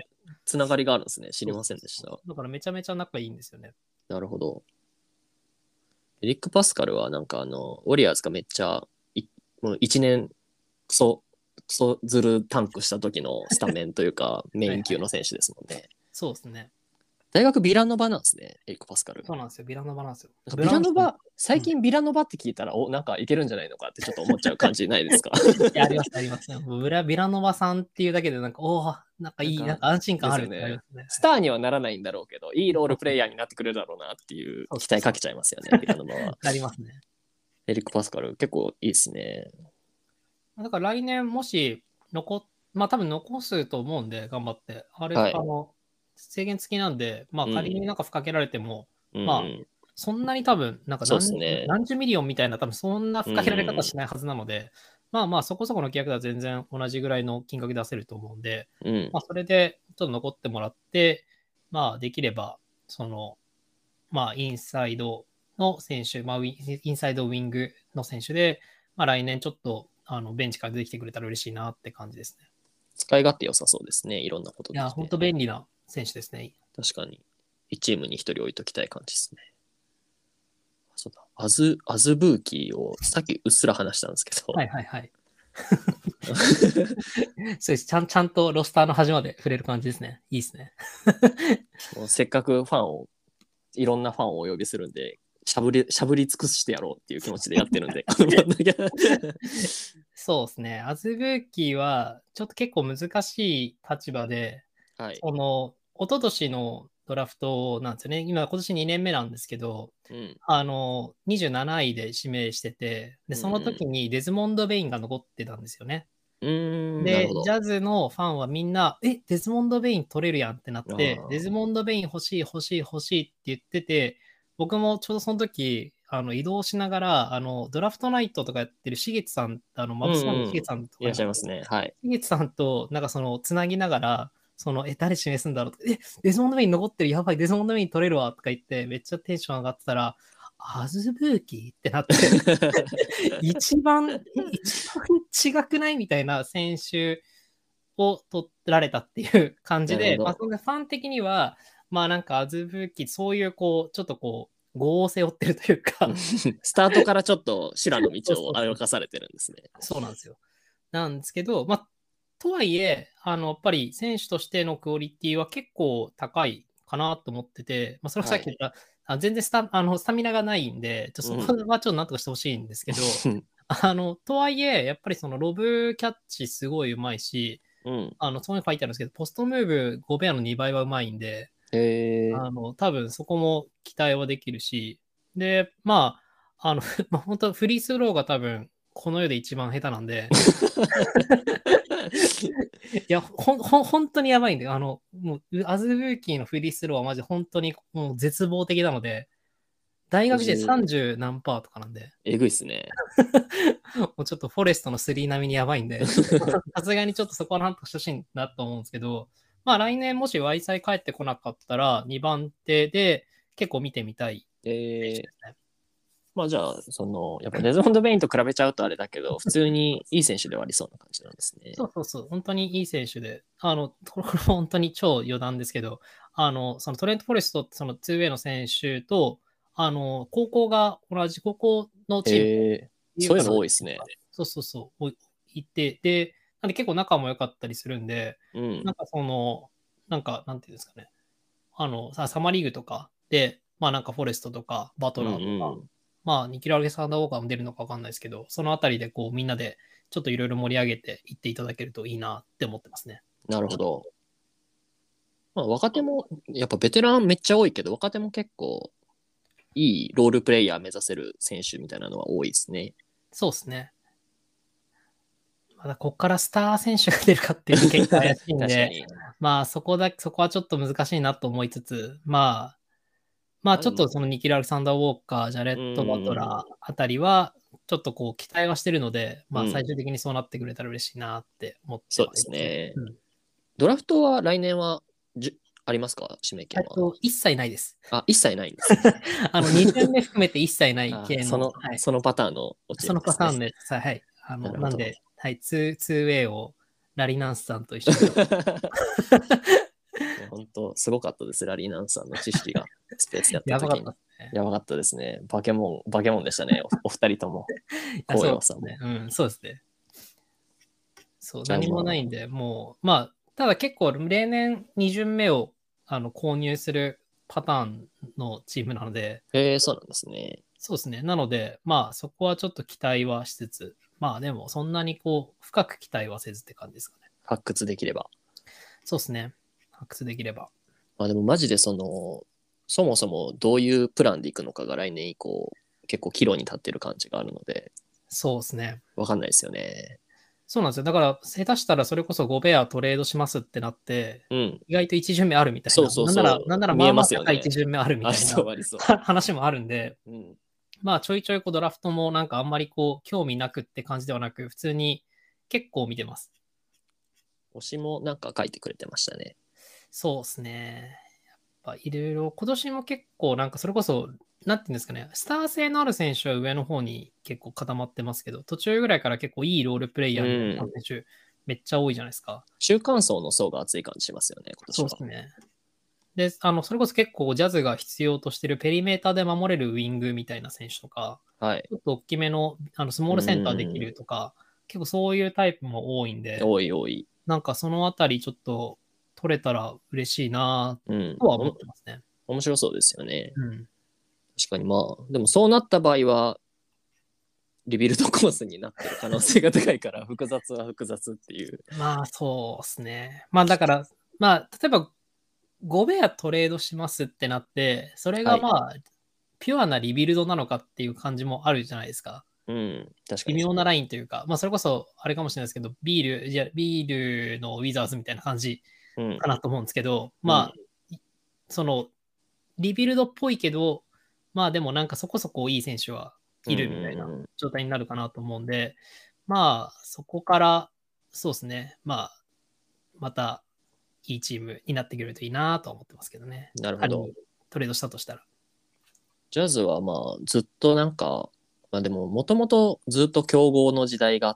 つながりがあるんですね。知りませんでした。 だからめちゃめちゃ仲いいんですよね。 なるほど。エリック・パスカルはなんかウォリアーズがめっちゃ、もう1年クソずるタンクした時のスタメンというか、メイン級の選手ですもんね。 そうですね。 大学ビラノバなんですね、エリック・パスカル。 そうなんですよ。ビラノバなんですよ。 ビラノバ、最近ビラノバって聞いたら、なんかいけるんじゃないのかってちょっと思っちゃう感じないですか？ いや、あります、あります。ビラノバさんっていうだけで、なんか、なんかいい、なんか安心感あるってありますね。 スターにはならないんだろうけど、いいロールプレイヤーになってくれるだろうなっていう期待かけちゃいますよね、ビラノバは。 ありますね。 エリック・パスカル、結構いいですね。 だから来年もしまあ多分残すと思うんで、頑張って。 はい、 制限付きなんで、まあ仮になんかかけられても、 うん、 まあ、そんなに多分、なんかそうですね。 何十ミリオンみたいな、多分そんなかけられ方しないはずなので、まあまあそこそこの規約では全然同じぐらいの金額出せると思うんで、まあそれでちょっと残ってもらって、まあできれば、まあインサイドの選手、まあインサイドウィングの選手で、まあ来年ちょっとベンチから出てきてくれたら嬉しいなって感じですね。 使い勝手良さそうですね。いろんなこといや、本当便利な選手ですね。 確かに。1チームに1人置いときたい感じですね。そうだ。アズブーキーをさっきうっすら話したんですけど。 はいはいはい。そうです。ちゃんとロスターの端まで触れる感じですね。いいですね。 もうせっかくいろんなファンをお呼びするんで、しゃぶり尽くしてやろうっていう気持ちでやってるんで。 そうですね。アズブーキーは、ちょっと結構難しい立場で、 はい。 一昨年のドラフトなんですよね。今年2年目なんですけど、27位で指名してて、で、その時にデズモンド・ベインが残ってたんですよね。で、ジャズのファンはみんな、デズモンド・ベイン取れるやんってなって、デズモンド・ベイン欲しい欲しい欲しいって言ってて、僕もちょうどその時、移動しながら、ドラフトナイトとかやってるしげつさん、マブスマンのしげつさんとか、 いらっしゃいますね。はい。 しげつさんと、なんかつなぎながら、誰指名すんだろうデズモンド・ベイン残ってる、やばい、デズモンド・ベイン取れるわ、とか言って、めっちゃテンション上がってたら、アズブーキーってなって一番違くないみたいな選手を取られたっていう感じで、まあ、そのファン的には、まあなんかアズブーキー、そういうちょっと業を背負ってるというかスタートからちょっと修羅の道を歩かされてるんですね。 そうなんですよ。なんですけど、まあ、とはいえ、やっぱり選手としてのクオリティは結構高いかなと思ってて、まあ、それはさっき言った、全然スタミナがないんで、そこはちょっとなんとかしてほしいんですけど、とはいえ、やっぱりロブキャッチすごい上手いし、そういう書いてあるんですけど、ポストムーブ5ベアの2倍は上手いんで、多分そこも期待はできるし、で、まあ、まあ、本当フリースローが多分、この世で一番下手なんで、いや、本当にやばいんで、もう、アズブーキーのフリースローはマジ本当にもう絶望的なので、大学時代30何パーとかなんで。 えぐいっすね。 もうちょっとフォレストの3並みにやばいんで、さすがにちょっとそこはなんとかしてほしいなと思うんですけど、まあ来年もし Y サイ帰ってこなかったら、2番手で結構見てみたい選手ですね。 まあじゃあ、やっぱデズモンド・ベインと比べちゃうとあれだけど、普通にいい選手ではありそうな感じなんですね。 そう、本当にいい選手で、これ本当に超余談ですけど、そのトレント・フォレスト、その 2way の選手と、高校が同じ高校のチーム、 そういうの多いですね。 そう、いて、で、なんで結構仲も良かったりするんで、なんかなんていうんですかね、サマーリーグとかで、まあなんかフォレストとか、バトラーとか、まあニキラ・アレサンダー・ウォーカーも出るのかわかんないですけど、そのあたりでみんなでちょっといろいろ盛り上げていっていただけるといいなって思ってますね。 なるほど。まあ若手も、やっぱベテランめっちゃ多いけど、若手も結構いいロールプレイヤー目指せる選手みたいなのは多いですね。 そうですね。まだここからスター選手が出るかっていうと結構怪しいんで、まあそこはちょっと難しいなと思いつつ、まあちょっとそのニキラ・アレサンダー・ウォーカー、ジャレット・バトラーあたりは、ちょっと期待はしてるので、まあ最終的にそうなってくれたら嬉しいなって思ってます、 そうですね。ドラフトは来年はありますか、指名権は。 一切ないです。 一切ないんです、ね。 2巡目含めて一切ない系の。 そのパターンの落ち、ね、そのパターンです。はい。なんで、はい、2way をラリナンスさんと一緒に。 本当すごかったです。ラリーナンさんの知識がスペースやった時に。 やばかったですね。 やばかったですね。バケモンでしたね。お二人とも。 いや、そう紅葉さんも。 ですね。うん、そうですね。そう、何じゃあまあ、 もないんで、もう、まあ、ただ結構、例年2巡目を購入するパターンのチームなので、 そうなんですね。 そうですね。なので、まあ、そこはちょっと期待はしつつ、まあ、でも、そんなにこう、深く期待はせずって感じですかね。 発掘できれば。 そうですね。発掘できれば。 まあでもマジでそもそもどういうプランでいくのかが来年以降、結構岐路に立ってる感じがあるので、 そうですね。 わかんないですよね。 そうなんですよ。だから、下手したらそれこそ5ベアトレードしますってなって、 うん。 意外と1巡目あるみたいそうな。 そうそなんならう。見えまあまあますよね。 高い1巡目あるみありたいなそう、ありそ話もあるんで、 う。うん。 まあちょいちょいこうドラフトもなんかあんまりこう興味なくって感じではなく、普通に結構見てます。 推しもなんか書いてくれてましたね。 そうですね。やっぱいろいろ、今年も結構なんかそれこそ、なんていうんですかね、スター性のある選手は上の方に結構固まってますけど、途中ぐらいから結構いいロールプレイヤーになった選手、めっちゃ多いじゃないですか。 中間層の層が厚い感じしますよね、今年は。 そうですね。で、それこそ結構ジャズが必要としてるペリメーターで守れるウィングみたいな選手とか、 はい。 ちょっと大きめの、スモールセンターできるとか、結構そういうタイプも多いんで、 多い多い。 なんかそのあたりちょっと取れたら嬉しいなうん。 とは思ってますね。 面白そうですよね。 うん。 確かにまあ、でもそうなった場合は、リビルドコースになってる可能性が高いから、複雑は複雑っていう。 まあそうですね。まあだから、まあ例えば5ベアトレードしますってなって、それはい。 がまあ、ピュアなリビルドなのかっていう感じもあるじゃないですか。 うん。確かに。 微妙なラインというか、まあそれこそあれかもしれないですけど、ビールのウィザーズみたいな感じうん。 かなと思うんですけど、 うん。 まあ、その、リビルドっぽいけど、まあでもなんかそこそこいい選手はうん。 いるみたいなうん。 状態になるかなと思うんで、まあそこから、そうですね、まあ、またいいチームになってくれるといいなと思ってますけどね。 なるほど。 仮にトレードしたとしたら。 ジャズはまあ、ずっとなんか、まあでも、もともとずっと強豪の時代があって、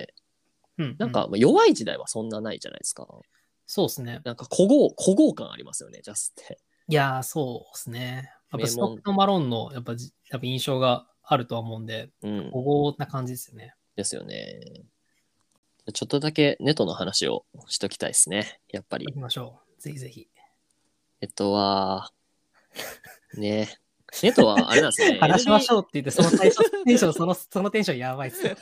うんうん。 なんかまあ弱い時代はそんなないじゃないですか。 そうですね。 なんか古豪感ありますよね、ジャズって。 いやー、そうですね。やっぱ名門。 ストックとマロンのやっぱ印象があるとは思うんで、 うん。 古豪な感じですよね。 ですよね。ちょっとだけネトの話をしときたいですね。やっぱり。 行きましょう。ぜひぜひ。 は、ね。ネトはあれなんですね。 話しま NB しょうって言って、そのそのテンションやばいっすよ。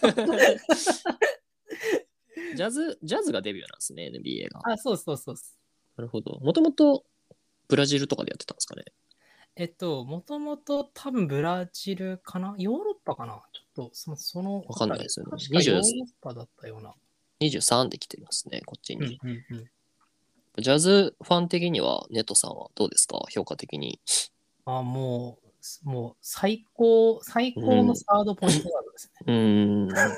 ジャズがデビューなんですね、NBA が。 あ、そうそうそう。 なるほど。もともとブラジルとかでやってたんですかね。 もともと多分ブラジルかなヨーロッパかなちょっとそのわあたり。 かんないですよね。 確かヨーロッパだったような。 23で来てますね、こっちに。 うんうんうん。 ジャズファン的には、ネトさんはどうですか評価的に。 あ、もう最う高のん。 サードポイントガードですね。 うーん。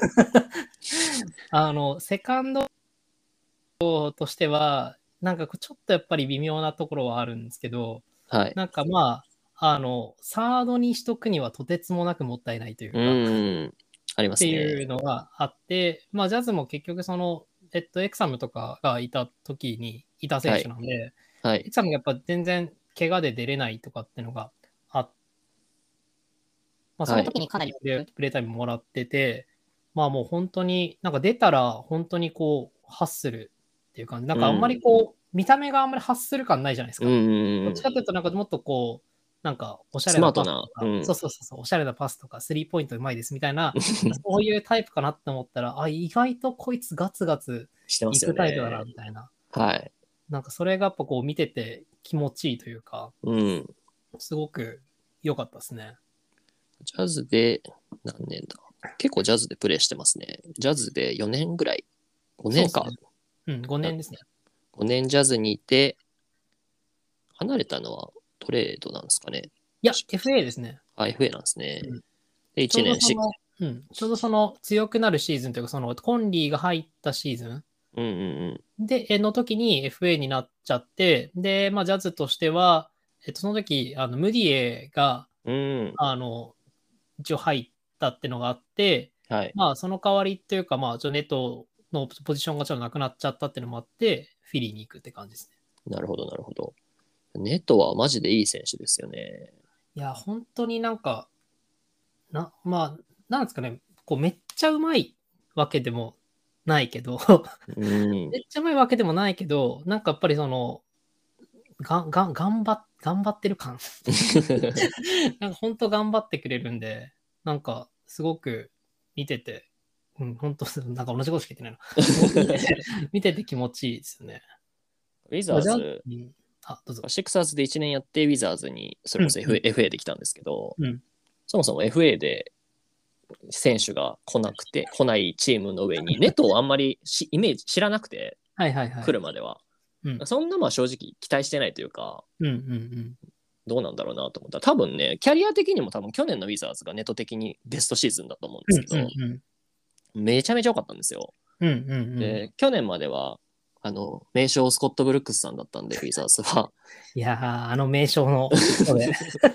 セカンドとしては、なんかちょっとやっぱり微妙なところはあるんですけど、 はい。 なんかまあ、サードにしとくにはとてつもなくもったいないといううか、 ーん。ありまってすね。 いうのがあって、まあ、ジャズも結局エクサムとかがいた時にいた選手はい。 なんで、 はい。 エクサムがやっぱ全然怪我で出れないとかっていうのがあって、まあ、そはい。 の時にかなりプレータイムもらってて、まあもう本当に、なんか出たら本当にこう、ハッスルっていう感じ。なんかあんまりこう、見た目があんまりハッスル感ないじゃないですうん。 か。 うん。 どっちかっていうと、なんかもっとこう、なんかおしゃれなスマートな。 パスとか、 うん。 そう、おしゃれなパスとか、スリーポイントうまいですみたいな、そういうタイプかなって思ったら、あ、意外とこいつガツガツいしてますよくタイプだな、 ね。 みたいな。 はい。 なんかそれがやっぱこう見てて気持ちいいというか、 うん。 すごく良かったですね。 ジャズで何年だ結構ジャズでプレイしてますね。ジャズで4年ぐらい。5年か。 そうですね。うん、5年ですね。 5年ジャズにいて、離れたのはトレードなんですかね。 いや、FA ですね。 FA なんですね。 うん、 で、 ちょ 1年し、 うどちょうどその強くなるシーズンというか、そのコンリーが入ったシーズンうんうんで、の時に FA になっちゃって、で、まあ、ジャズとしては、その時、ムディエが、 うん。うん。 一応入ったってのがあって、 はい。 まあ、その代わりっていうか、まあ、ネットのポジションがちょっとなくなっちゃったっていうのもあって、フィリーに行くって感じですね。 なるほど、なるほど。ネトはマジでいい選手ですよね。 いや、本当になんか、まあ、なんですかね、こうめっちゃうまいわけでもないけど、 うん。 めっちゃうまいわけでもないけど、なんかやっぱりその、頑張ってる感。なんか本当頑張ってくれるんで、なんかすごく見てて、本当なんか同じことしか言ってないな。見てて気持ちいいですよね。 ウィザーじゃあ、 ズ、 どうぞ。 シクサーズで1年やって、ウィザーズにそれこそ、 うん FA できたんですけど、 うん。 そもそも FA で選手が来ないチームの上に、ネトをあんまりイメージ知らなくて、 はいはいはい。 来るまでは。 うん。 そんなまあ正直期待してないというか、 うんうんどうなんだろうなと思ったら、多分ね、キャリア的にも多分去年のウィザーズがネト的にベストシーズンだと思うんでうん。 すけど、 うんうんめちゃめちゃ良かったんですよ。 うん。うんうんうん。 で、去年までは、名将スコット・ブルックスさんだったんで、ウィザーズは。 いやー、あの名称の人で。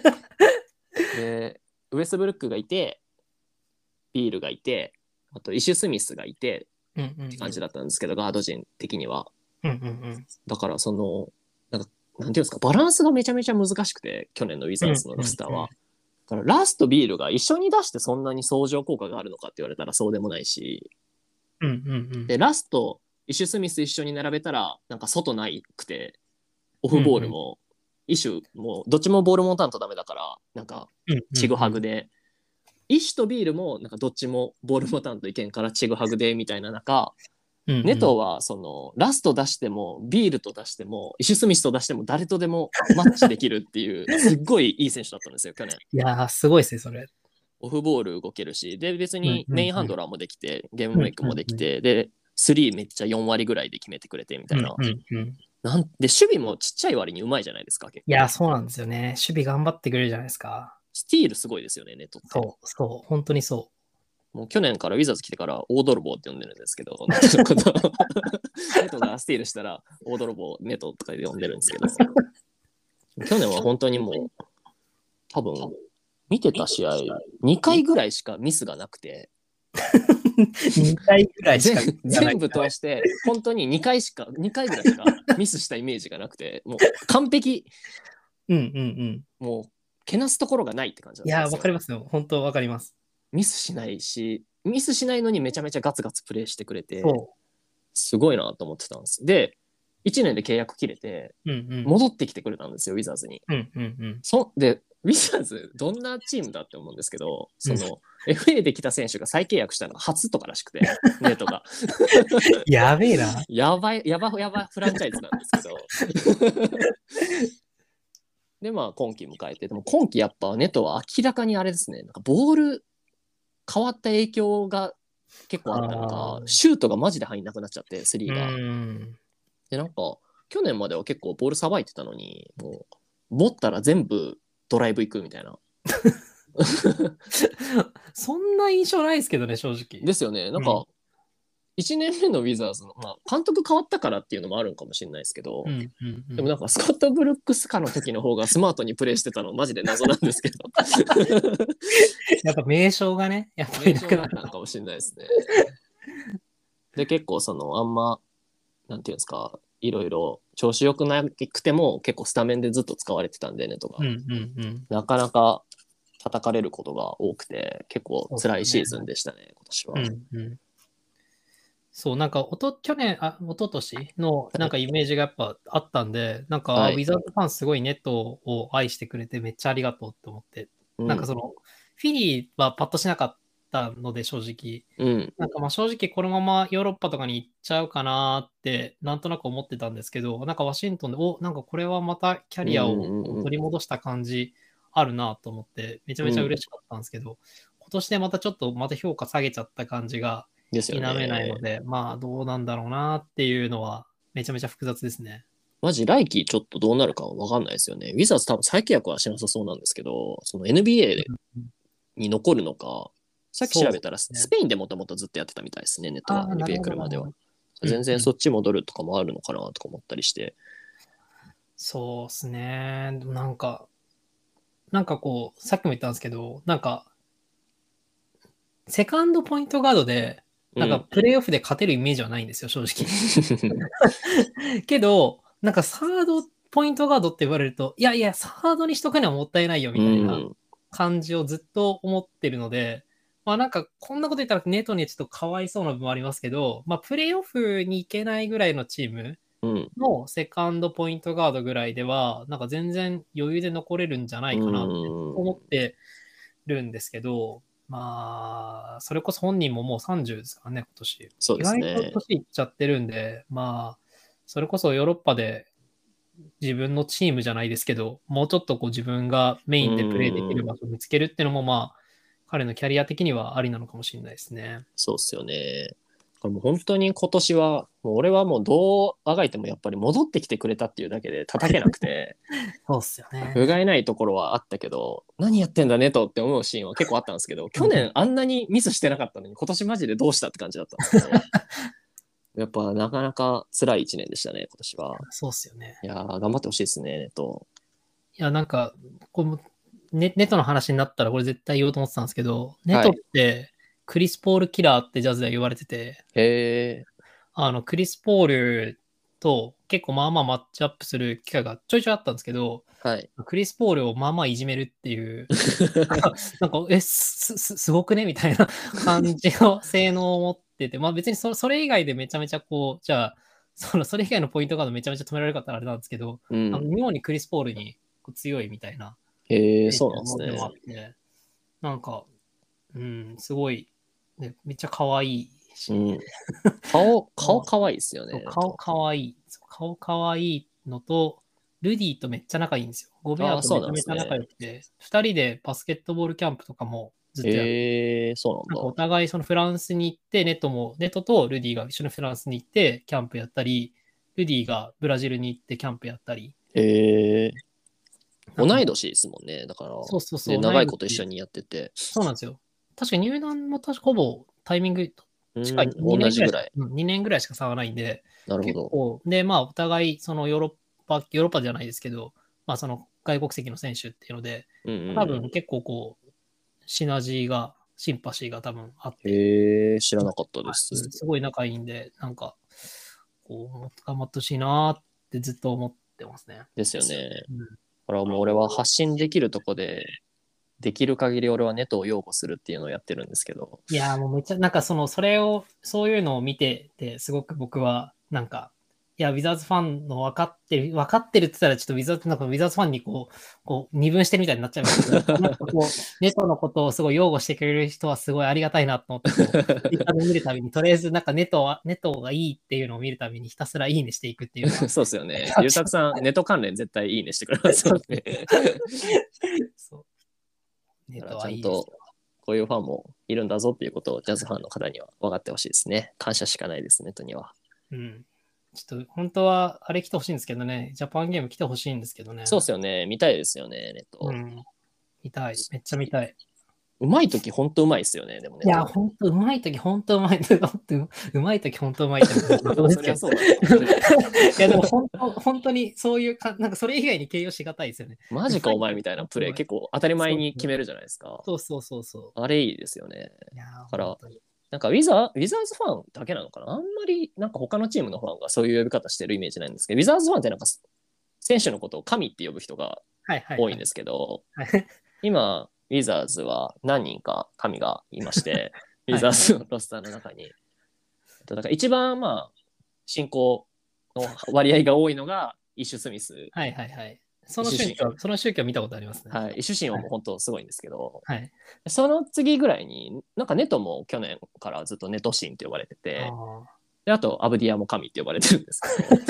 で、ウエストブルックがいて、ビールがいて、あとイシュ・スミスがいてって感じだったんですけど、ガード陣的には。 うんうんうん。 だからその、なんか、なんていうんですか、バランスがめちゃめちゃ難しくて、去年のウィザーズのロスターは。だからラストビールが一緒に出してそんなに相乗効果があるのかって言われたらそうでもないし、 うんうんうん。 で、ラスト、イシュ・スミス一緒に並べたら、なんか外ないくて、オフボールも、イシュも、どっちもボール持たんとダメだから、なんか、チグハグで、イシュとビールも、なんかどっちもボール持たんといけんから、チグハグで、みたいな中、ネトは、その、ラスト出しても、ビールと出しても、イシュ・スミスと出しても、誰とでもマッチできるっていう、すっごいいい選手だったんですよ、去年。 いやー、すごいですね、それ。 オフボール動けるし、で、別にメインハンドラーもできて、ゲームメイクもできうんて、で、スリーめっちゃ4割ぐらいで決めてくれてみたいな。 うん。 で、守備もちっちゃい割にうまいじゃないですか、結構。 いや、そうなんですよね。守備頑張ってくれるじゃないですか。 スティールすごいですよね、ネットって。 そう、本当にそもう去年からウィザーズ来てから大泥棒って呼んでるんですけど、ネットがスティールしたら大泥棒ネットとかで呼んでるんですけど、去年は本当にもう、多分、見てた試合、2回ぐらいしかミスがなくて、 う。2回ぐらいしか全部通して、本当に2回ぐらいしかミスしたイメージがなくて、もう完璧、もう、けなすところがないって感じなんいやー、 ですよ。 わかりますよ。本当わかります。 ミスしないし、ミスしないのにめちゃめちゃガツガツプレーしてくれて、 そすごいなと思ってたんです。で、1年で契約切れて、戻ってきてくれたんですよ、ウィザーズに。で、ウィザーズ、どんなチームだって思うんですけど、その、FA で来た選手が再契約したのが初とからしくて、ネットが。 やべえな。 やばいフランチャイズなんですけど。で、まあ、今季迎えて、でも今季やっぱネトは明らかにあれですね、なんかボール変わった影響が結構あったのか、シュートがマジで入んなくなっちゃって、スリーが。で、なんか、去年までは結構ボールさばいてたのに、もう、持ったら全部ドライブ行くみたいな。 そんな印象ないですけどね、正直。 ですよね。なんか、1年目のウィザーズの、まあ、監督変わったからっていうのもあるんかもしれないですけど、でもなんかスコット・ブルックスかの時の方がスマートにプレーしてたのマジで謎なんですけど。 やっぱ名称がね、やっぱり名称だったのかもしれないですね。で、結構その、あんま、なんていうんですか、いろいろ調子良くなくても結構スタメンでずっと使われてたんでねとか、なかなか叩かれることが多くて、結構辛いシーズンでしたね、今年は。 そう、なんか、一昨年のなんかイメージがやっぱあったんで、なんか、 はい、 ウィザーズファンすごいネットを愛してくれてめっちゃありがとうって思って、なんかその、フィリーはパッとしなかったので正直、なんかまあ正直このままヨーロッパとかに行っちゃうかなってなんとなく思ってたんですけど、なんかワシントンで、なんかこれはまたキャリアを取り戻した感じあるなと思って、めちゃめちゃ嬉しかったんですけど、今年でまたちょっとまた評価下げちゃった感じが、否めないので、まあどうなんだろうなっていうのはめちゃめちゃ複雑ですね。 マジ来季ちょっとどうなるかわかんないですよね。ウィザーズ多分再契約はしなさそうなんですけど、その NBA に残るのか、さっき調べたらスペインでもともとずっとやってたみたいですね、ネットは NBA 来るまでは。全然そっち戻るとかもあるのかなとか思ったりして。 そうですね。なんかこう、さっきも言ったんですけど、なんか、セカンドポイントガードで、なんかプレイオフで勝てるイメージはないんですよ、正直。けど、 なんかサードポイントガードって言われると、いやいや、サードにしとくにはもったいないよみたいな感じをずっと思ってるので、まあなんかこんなこと言ったらネトにちょっとかわいそうな部分もありますけど、まあプレイオフに行けないぐらいのチームのセカンドポイントガードぐらいでは、なんか全然余裕で残れるんじゃないかなって思ってるんですけど、まあ、それこそ本人ももう30ですからね、今年。 そうですね。 意外と年いっちゃってるんで、まあ、それこそヨーロッパで自分のチームじゃないですけど、もうちょっとこう自分がメインでプレイできる場所を見つけるっていうのも、まあ、彼のキャリア的にはありなのかもしれないですね。 そうっすよね。もう本当に今年は、もう俺はもうどうあがいてもやっぱり戻ってきてくれたっていうだけで叩けなくて、 そうっすよね。 不甲斐ないところはあったけど、何やってんだねとって思うシーンは結構あったんですけど、去年あんなにミスしてなかったのに、今年マジでどうしたって感じだったんですけど、やっぱなかなか辛い一年でしたね、今年は。 そうっすよね。 いやー、頑張ってほしいですね、 いや、なんか、このネトの話になったらこれ絶対言おうと思ってたんですけど、ネトってクリス・ポールキラーってジャズでは言われてて、 へクリス・ポールと結構まあまあマッチアップする機会がちょいちょいあったんですけど、 はい。 クリス・ポールをまあまあいじめるっていう、なんか、すごくねみたいな感じの性能を持ってて、まあ別にそれ以外でめちゃめちゃこう、じゃあ、それ以外のポイントガードめちゃめちゃ止められるかったらあれなんですけど、妙にクリス・ポールに強いみたいな。 そうなんですね。 もあって、なんか、すごい、ね、めっちゃ可愛いし、 顔可愛いですよね。 顔可愛い。顔可愛いのと、ルディとめっちゃ仲いいんですよ。ゴベアとめちゃめちゃ仲良くて、二人でバスケットボールキャンプとかもずっとやる。 そうなんだ。 なんかお互いそのフランスに行って、ネトとルディが一緒にフランスに行ってキャンプやったり、ルディがブラジルに行ってキャンプやったり。 同い年ですもんね。だから、 そう長いこと一緒にやってて。 そうなんですよ。確か入団もほぼタイミング近い。 同じぐらい。 2年ぐらいしか差がないんで、 なるほど。 結構、で、まあ、お互い、そのヨーロッパじゃないですけど、まあ、その外国籍の選手っていうので、多分結構こう、シナジーが、シンパシーが多分あって。 知らなかったです。 すごい仲いいんで、なんか、こう、頑張ってほしいなってずっと思ってますね。 ですよね。だからもう俺は発信できるとこで、できる限り俺はネトを擁護するっていうのをやってるんですけど。 いや、もうめっちゃ、なんかそういうのを見てて、すごく僕は、なんか、いや、ウィザーズファンの分かってるって言ったら、ちょっとウィザーズファンにこう、二分してるみたいになっちゃいますけど、なんかこう、ネトのことをすごい擁護してくれる人はすごいありがたいなと思って、ツイッターで見るたびに、とりあえずなんかネトがいいっていうのを見るたびにひたすらいいねしていくっていう。 そうですよね。ゆうたくさん、ネト関連絶対いいねしてくれますよね。 そう。 だからちゃんとこういうファンもいるんだぞっていうことをジャズファンの方には分かってほしいですね。感謝しかないです、ネトには。 ちょっと本当はあれ来てほしいんですけどね。ジャパンゲーム来てほしいんですけどね。 そうですよね。見たいですよね、ネト。 見たい。めっちゃ見たい。 うまいとき本当うまいですよね、でもね。 いや、本当うまいとき本当うまい。うまいとき本当うまいって。そりゃそうだ。いや、でも本当にそういうなんかそれ以外に形容しがたいですよね。 マジかお前みたいなプレー結構当たり前に決めるじゃないですか。 そう。 あれいいですよね。 だから、なんかウィザーズファンだけなのかな、あんまりなんか他のチームのファンがそういう呼び方してるイメージないんですけど、ウィザーズファンってなんか選手のことを神って呼ぶ人が多いんですけど、今、ウィザーズは何人か神がいまして、ウィザーズのロスターの中に。だから一番まあ、信仰の割合が多いのがイシュ・スミス。 その宗教見たことありますね。 はい。イシュ神はもう本当すごいんですけど、 はい、 その次ぐらいに、なんかネトも去年からずっとネト神って呼ばれてて、であとアブディアも神って呼ばれてるんです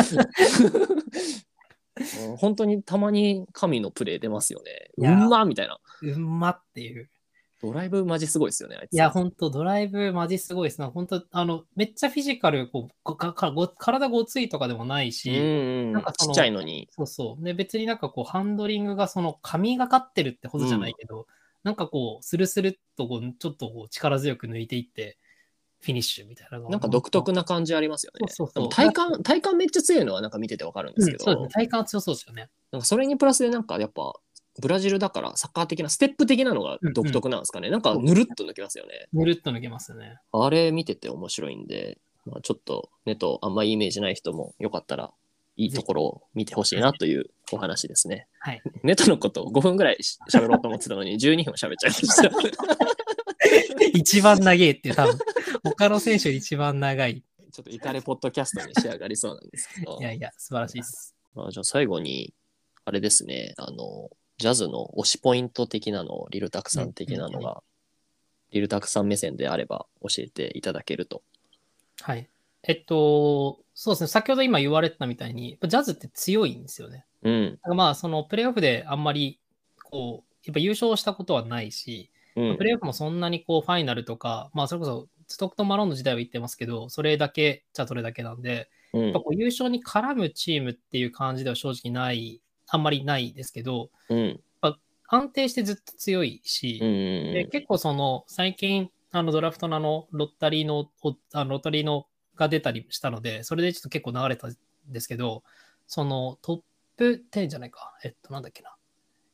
けど、本当にたまに神のプレー出ますよね。うんまみたいな。 うんまっていう。 ドライブマジすごいですよね、あいつ。 いや、本当ドライブマジすごいですな。本当めっちゃフィジカル、体ごついとかでもないし、 なんかちっちゃいのに。 そう。で、別になんかこう、ハンドリングが神がかってるってほどじゃないけど、なんかこう、スルスルっとちょっとこう力強く抜いていって、フィニッシュみたいな。 なんか独特な感じありますよね。体感めっちゃ強いのはなんか見ててわかるんですけど。 そうですね。体感は強そうですよね。 なんかそれにプラスでなんかやっぱ、ブラジルだからサッカー的なステップ的なのが独特なんですかね。なんかぬるっと抜けますよね。 ぬるっと抜けますね。 あれ見てて面白いんで、まあ、ちょっとネトあんまいいイメージない人もよかったらいいところを見てほしいなというお話ですね。 はい。 ネタのことを5分ぐらい喋ろうと思ってたのに12分喋っちゃいました。 一番長いっていう、多分、他の選手より一番長い。 ちょっとイカレポッドキャストに仕上がりそうなんですけど。 いやいや、素晴らしいです。 じゃあ最後に、あれですね、ジャズの推しポイント的なのを、リルタクさん的なのが、リルタクさん目線であれば教えていただけると。 はい。そうですね。先ほど今言われてたみたいに、ジャズって強いんですよね。 うん。 まあ、そのプレイオフであんまり、こう、やっぱ優勝したことはないし、プレイオフもそんなにこう、ファイナルとか、まあ、それこそ、ストックトン・マローンの時代は言ってますけど、それだけじゃそれだけなんで、やっぱこう優勝に絡むチームっていう感じでは正直ない、あんまりないですけど、安定してずっと強いし、で結構その、最近、ドラフトのロッタリーのが出たりしたので、それでちょっと結構流れたんですけど、そのトップ10じゃないか。なんだっけな。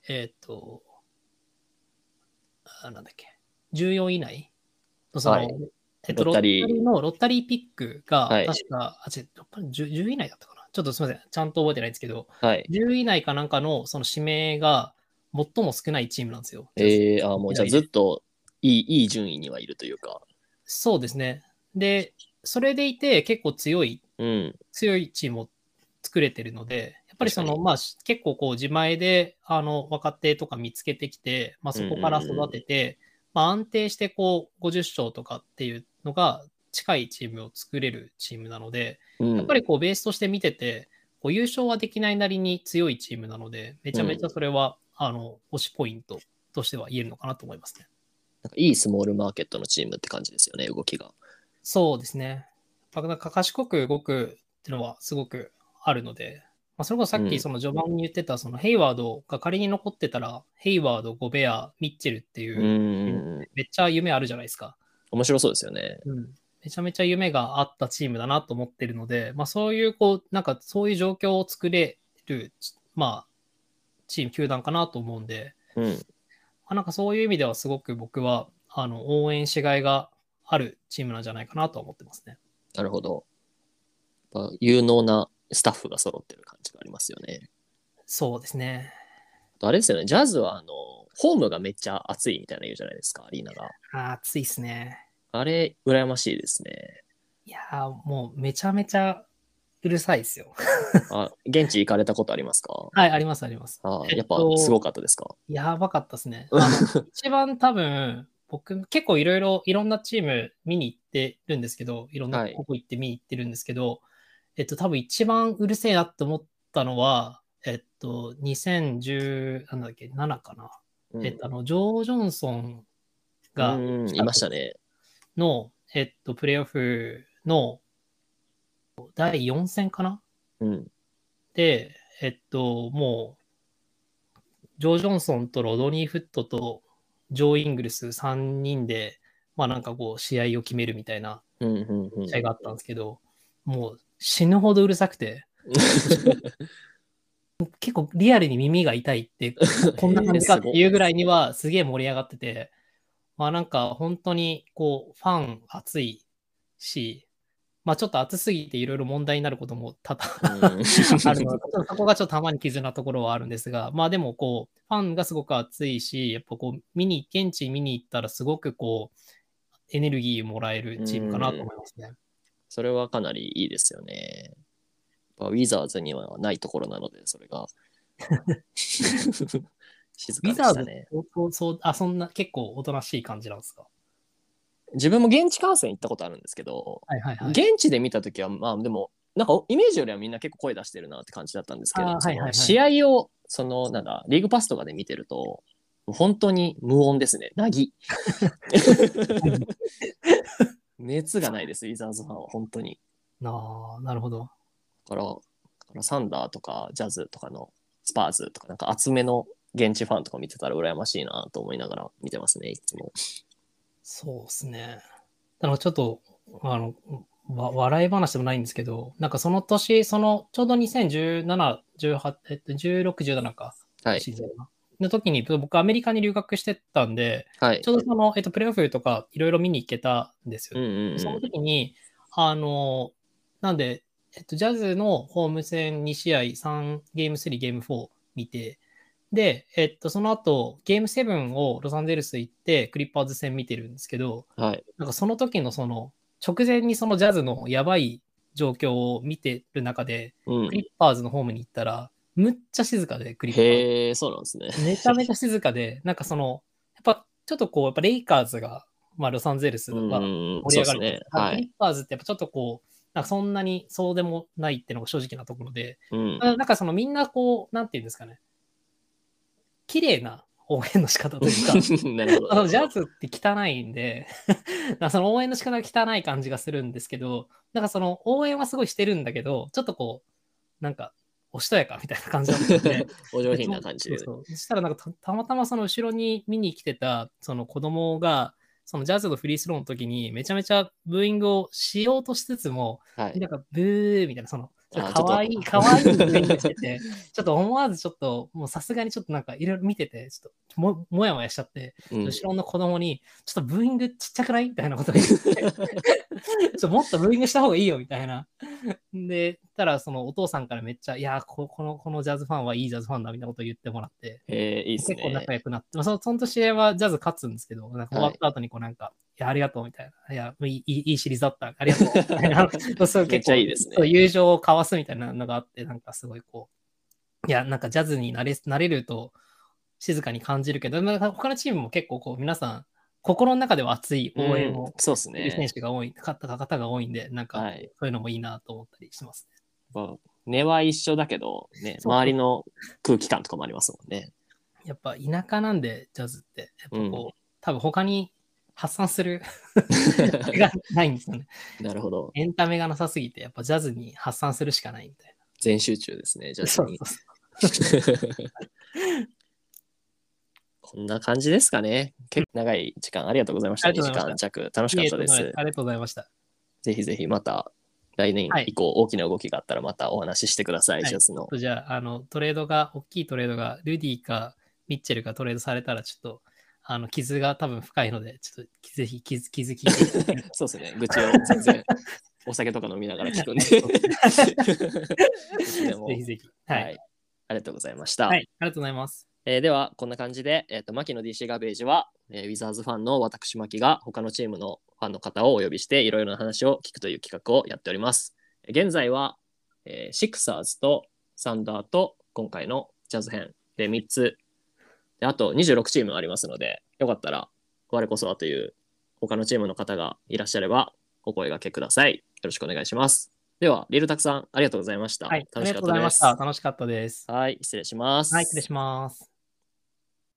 なんだっけ。14位以内のその、ロッタリーピックが、確か、10位以内だったかな。ちょっとすみません。ちゃんと覚えてないんですけど、10位以内かなんかのその指名が最も少ないチームなんですよ。 もうじゃあずっといい順位にはいるというか。 そうですね。で、それでいて結構強いチームを作れてるので、やっぱりその、まあ、結構こう自前で、若手とか見つけてきて、まあ、そこから育てて、まあ、安定してこう、50勝とかっていうのが近いチームを作れるチームなので、やっぱりこう、ベースとして見てて、こう優勝はできないなりに強いチームなので、めちゃめちゃそれは、推しポイントとしては言えるのかなと思いますね。 なんかいいスモールマーケットのチームって感じですよね、動きが。 そうですね。賢く動くっていうのはすごくあるので、まあ、それこそさっきその序盤に言ってた、そのヘイワードが仮に残ってたら、ヘイワード、ゴベア、ミッチェルっていう、めっちゃ夢あるじゃないですか。 面白そうですよね。 めちゃめちゃ夢があったチームだなと思ってるので、まあそういうこう、なんかそういう状況を作れる、まあ、チーム、球団かなと思うんで、なんかそういう意味ではすごく僕は、応援しがいがあるチームなんじゃないかなと思ってますね。 なるほど。有能なスタッフが揃ってる感じがありますよね。 そうですね。 あれですよね、ジャズはホームがめっちゃ熱いみたいな言うじゃないですか、アリーナが。 暑いっすね。 あれ、羨ましいですね。 いやー、もうめちゃめちゃうるさいですよ。 現地行かれたことありますか？ はい、あります、あります。 やっぱすごかったですか？ やばかったですね。一番多分、僕、結構いろんなチーム見に行ってるんですけど、いろんなここ行って見に行ってるんですけど、多分一番うるせえなって思ったのは、2010、なんだっけ、7かな。ジョー・ジョンソンがいましたね。 の、プレイオフの第4戦かな。で、もう、ジョー・ジョンソンとロドニー・フットとジョー・イングルス3人で、まあなんかこう、試合を決めるみたいな試合があったんですけど、もう死ぬほどうるさくて、結構リアルに耳が痛いって、こんな感じかっていうぐらいにはすげえ盛り上がってて、まあなんか本当にこう、ファン熱いし、まあちょっと熱すぎていろいろ問題になることも多々あるので、そこがちょっとたまに傷なところはあるんですが、まあでもこう、ファンがすごく熱いし、やっぱこう、現地見に行ったらすごくこう、エネルギーもらえるチームかなと思いますね。 それはかなりいいですよね。ウィザーズにはないところなので、それが。静かでしたね。 そんな結構おとなしい感じなんですか？ 自分も現地観戦行ったことあるんですけど、現地で見たときは、まあでも、なんかイメージよりはみんな結構声出してるなって感じだったんですけど、試合を、なんだ、リーグパスとかで見てると、本当に無音ですね。なぎ。熱がないです、ウィザーズファンは、本当に。 なるほど。 だからサンダーとかジャズとかのスパーズとかなんか厚めの現地ファンとか見てたら羨ましいなと思いながら見てますね、いつも。 そうですね。だからちょっと、笑い話でもないんですけど、なんかその年、ちょうど2017、18、16、17か、シーズンの時に、僕アメリカに留学してたんで、ちょうどプレイオフとかいろいろ見に行けたんですよ。その時に、なんで、 ジャズのホーム戦2試合、3ゲーム3、ゲーム4見て、で、その後、ゲーム7をロサンゼルス行って、クリッパーズ戦見てるんですけど、 はい。 なんかその時の直前にそのジャズのやばい状況を見てる中で、 うん。 クリッパーズのホームに行ったら、むっちゃ静かで、クリッパーズ。 へえ、そうなんですね。 めちゃめちゃ静かで、なんかやっぱちょっとこう、やっぱレイカーズが、まあロサンゼルスうんがうんうん、 盛り上がるじゃないですそうですね。 か。クはい。 リッパーズってやっぱちょっとこう、なんかそんなにそうでもないっていうのが正直なところで、 うん。 なんかみんなこう、なんていうんですかね、綺麗な応援の仕方というか、 なるほど、なるほど。 ジャズって汚いんでなんかその応援の仕方が汚い感じがするんですけど、なんかその応援はすごいしてるんだけど、ちょっとこう、なんか、おしとやかみたいな感じだったんで、 お上で、 品な感じで。 そうそう。そしたらなんかたまたまその後ろに見に来てたその子供が、そのジャズのフリースローの時にめちゃめちゃブーイングをしようとしつつも、 はい。 なんかブーみたいな、それあ、ちょっと、 かわいいブーイングしてて、ちょっと思わずちょっと、もうさすがにちょっとなんかいろいろ見てて、ちょっともやもやしちゃって、 うん。 後ろの子供に、ちょっとブーイングちっちゃくないみたいなこと言ってもっとブーイングした方がいいよみたいな。で、たらそのお父さんからめっちゃ、いやこのジャズファンはいいジャズファンだみたいなことを言ってもらって、 いいっす結構仲ね。 良くなって、まあ、その年はジャズ勝つんですけど、なんか終はい。 わった後にこうなんか、いや、ありがとうみたいな。いや、いいシリーズだった。ありがとう。みたいな。そうめっちゃ結構、 いいですね。 そう友情を交わすみたいなのがあって、なんかすごいこう、いや、なんかジャズになれると静かに感じるけど、まあ他のチームも結構こう皆さん、心の中では熱いうん、 応援をそうっすする選ね。 手が多い、方が多いんで、なんかはい。 そういうのもいいなと思ったりしますね。 根は一緒だけど、ね、 そうそう。 周りの空気感とかもありますもんね。 やっぱ田舎なんで、ジャズって、やっうん。 ぱこう、多分他に発散するあれがないんですよね。 なるほど。 エンタメがなさすぎて、やっぱジャズに発散するしかないみたい全集中ですね、ジャな。 ズに。 そうそうそう。 こんな感じですかね。結構長い時間ありがとうございました。 ありがとう 2 ございました。 時間弱。楽しかいえ、 ったです。 ありがとうございました。 ぜひぜひまた来年はい。 以降大きな動きがあったらまたお話ししてください、 はい。ちジャズの。 ょっとじゃあ、大きいトレードが、ルディかミッチェルがトレードされたら、ちょっと、傷が多分深いので、ちょっとぜひ気づきそうですね。愚痴を全然お酒とか飲みながら聞くんでいつでも。 ぜひぜひ。はい。 はい。ありがとうございました。 はい。ありがとうございます。 では、こんな感じで、マキの DC ガベージは、ウィザーズファンの私、マキが他のチームのファンの方をお呼びして、いろいろな話を聞くという企画をやっております。現在は、シクサーズとサンダーと今回のジャズ編で3つ、であと26チームありますので、よかったら、我こそはという他のチームの方がいらっしゃれば、お声掛けください。よろしくお願いします。では、リルタクさん、ありがとうございました。 はい。ありがとう楽しかっございました。 たです。 楽しかったです。 はい、失礼しまはい。失礼す。 します。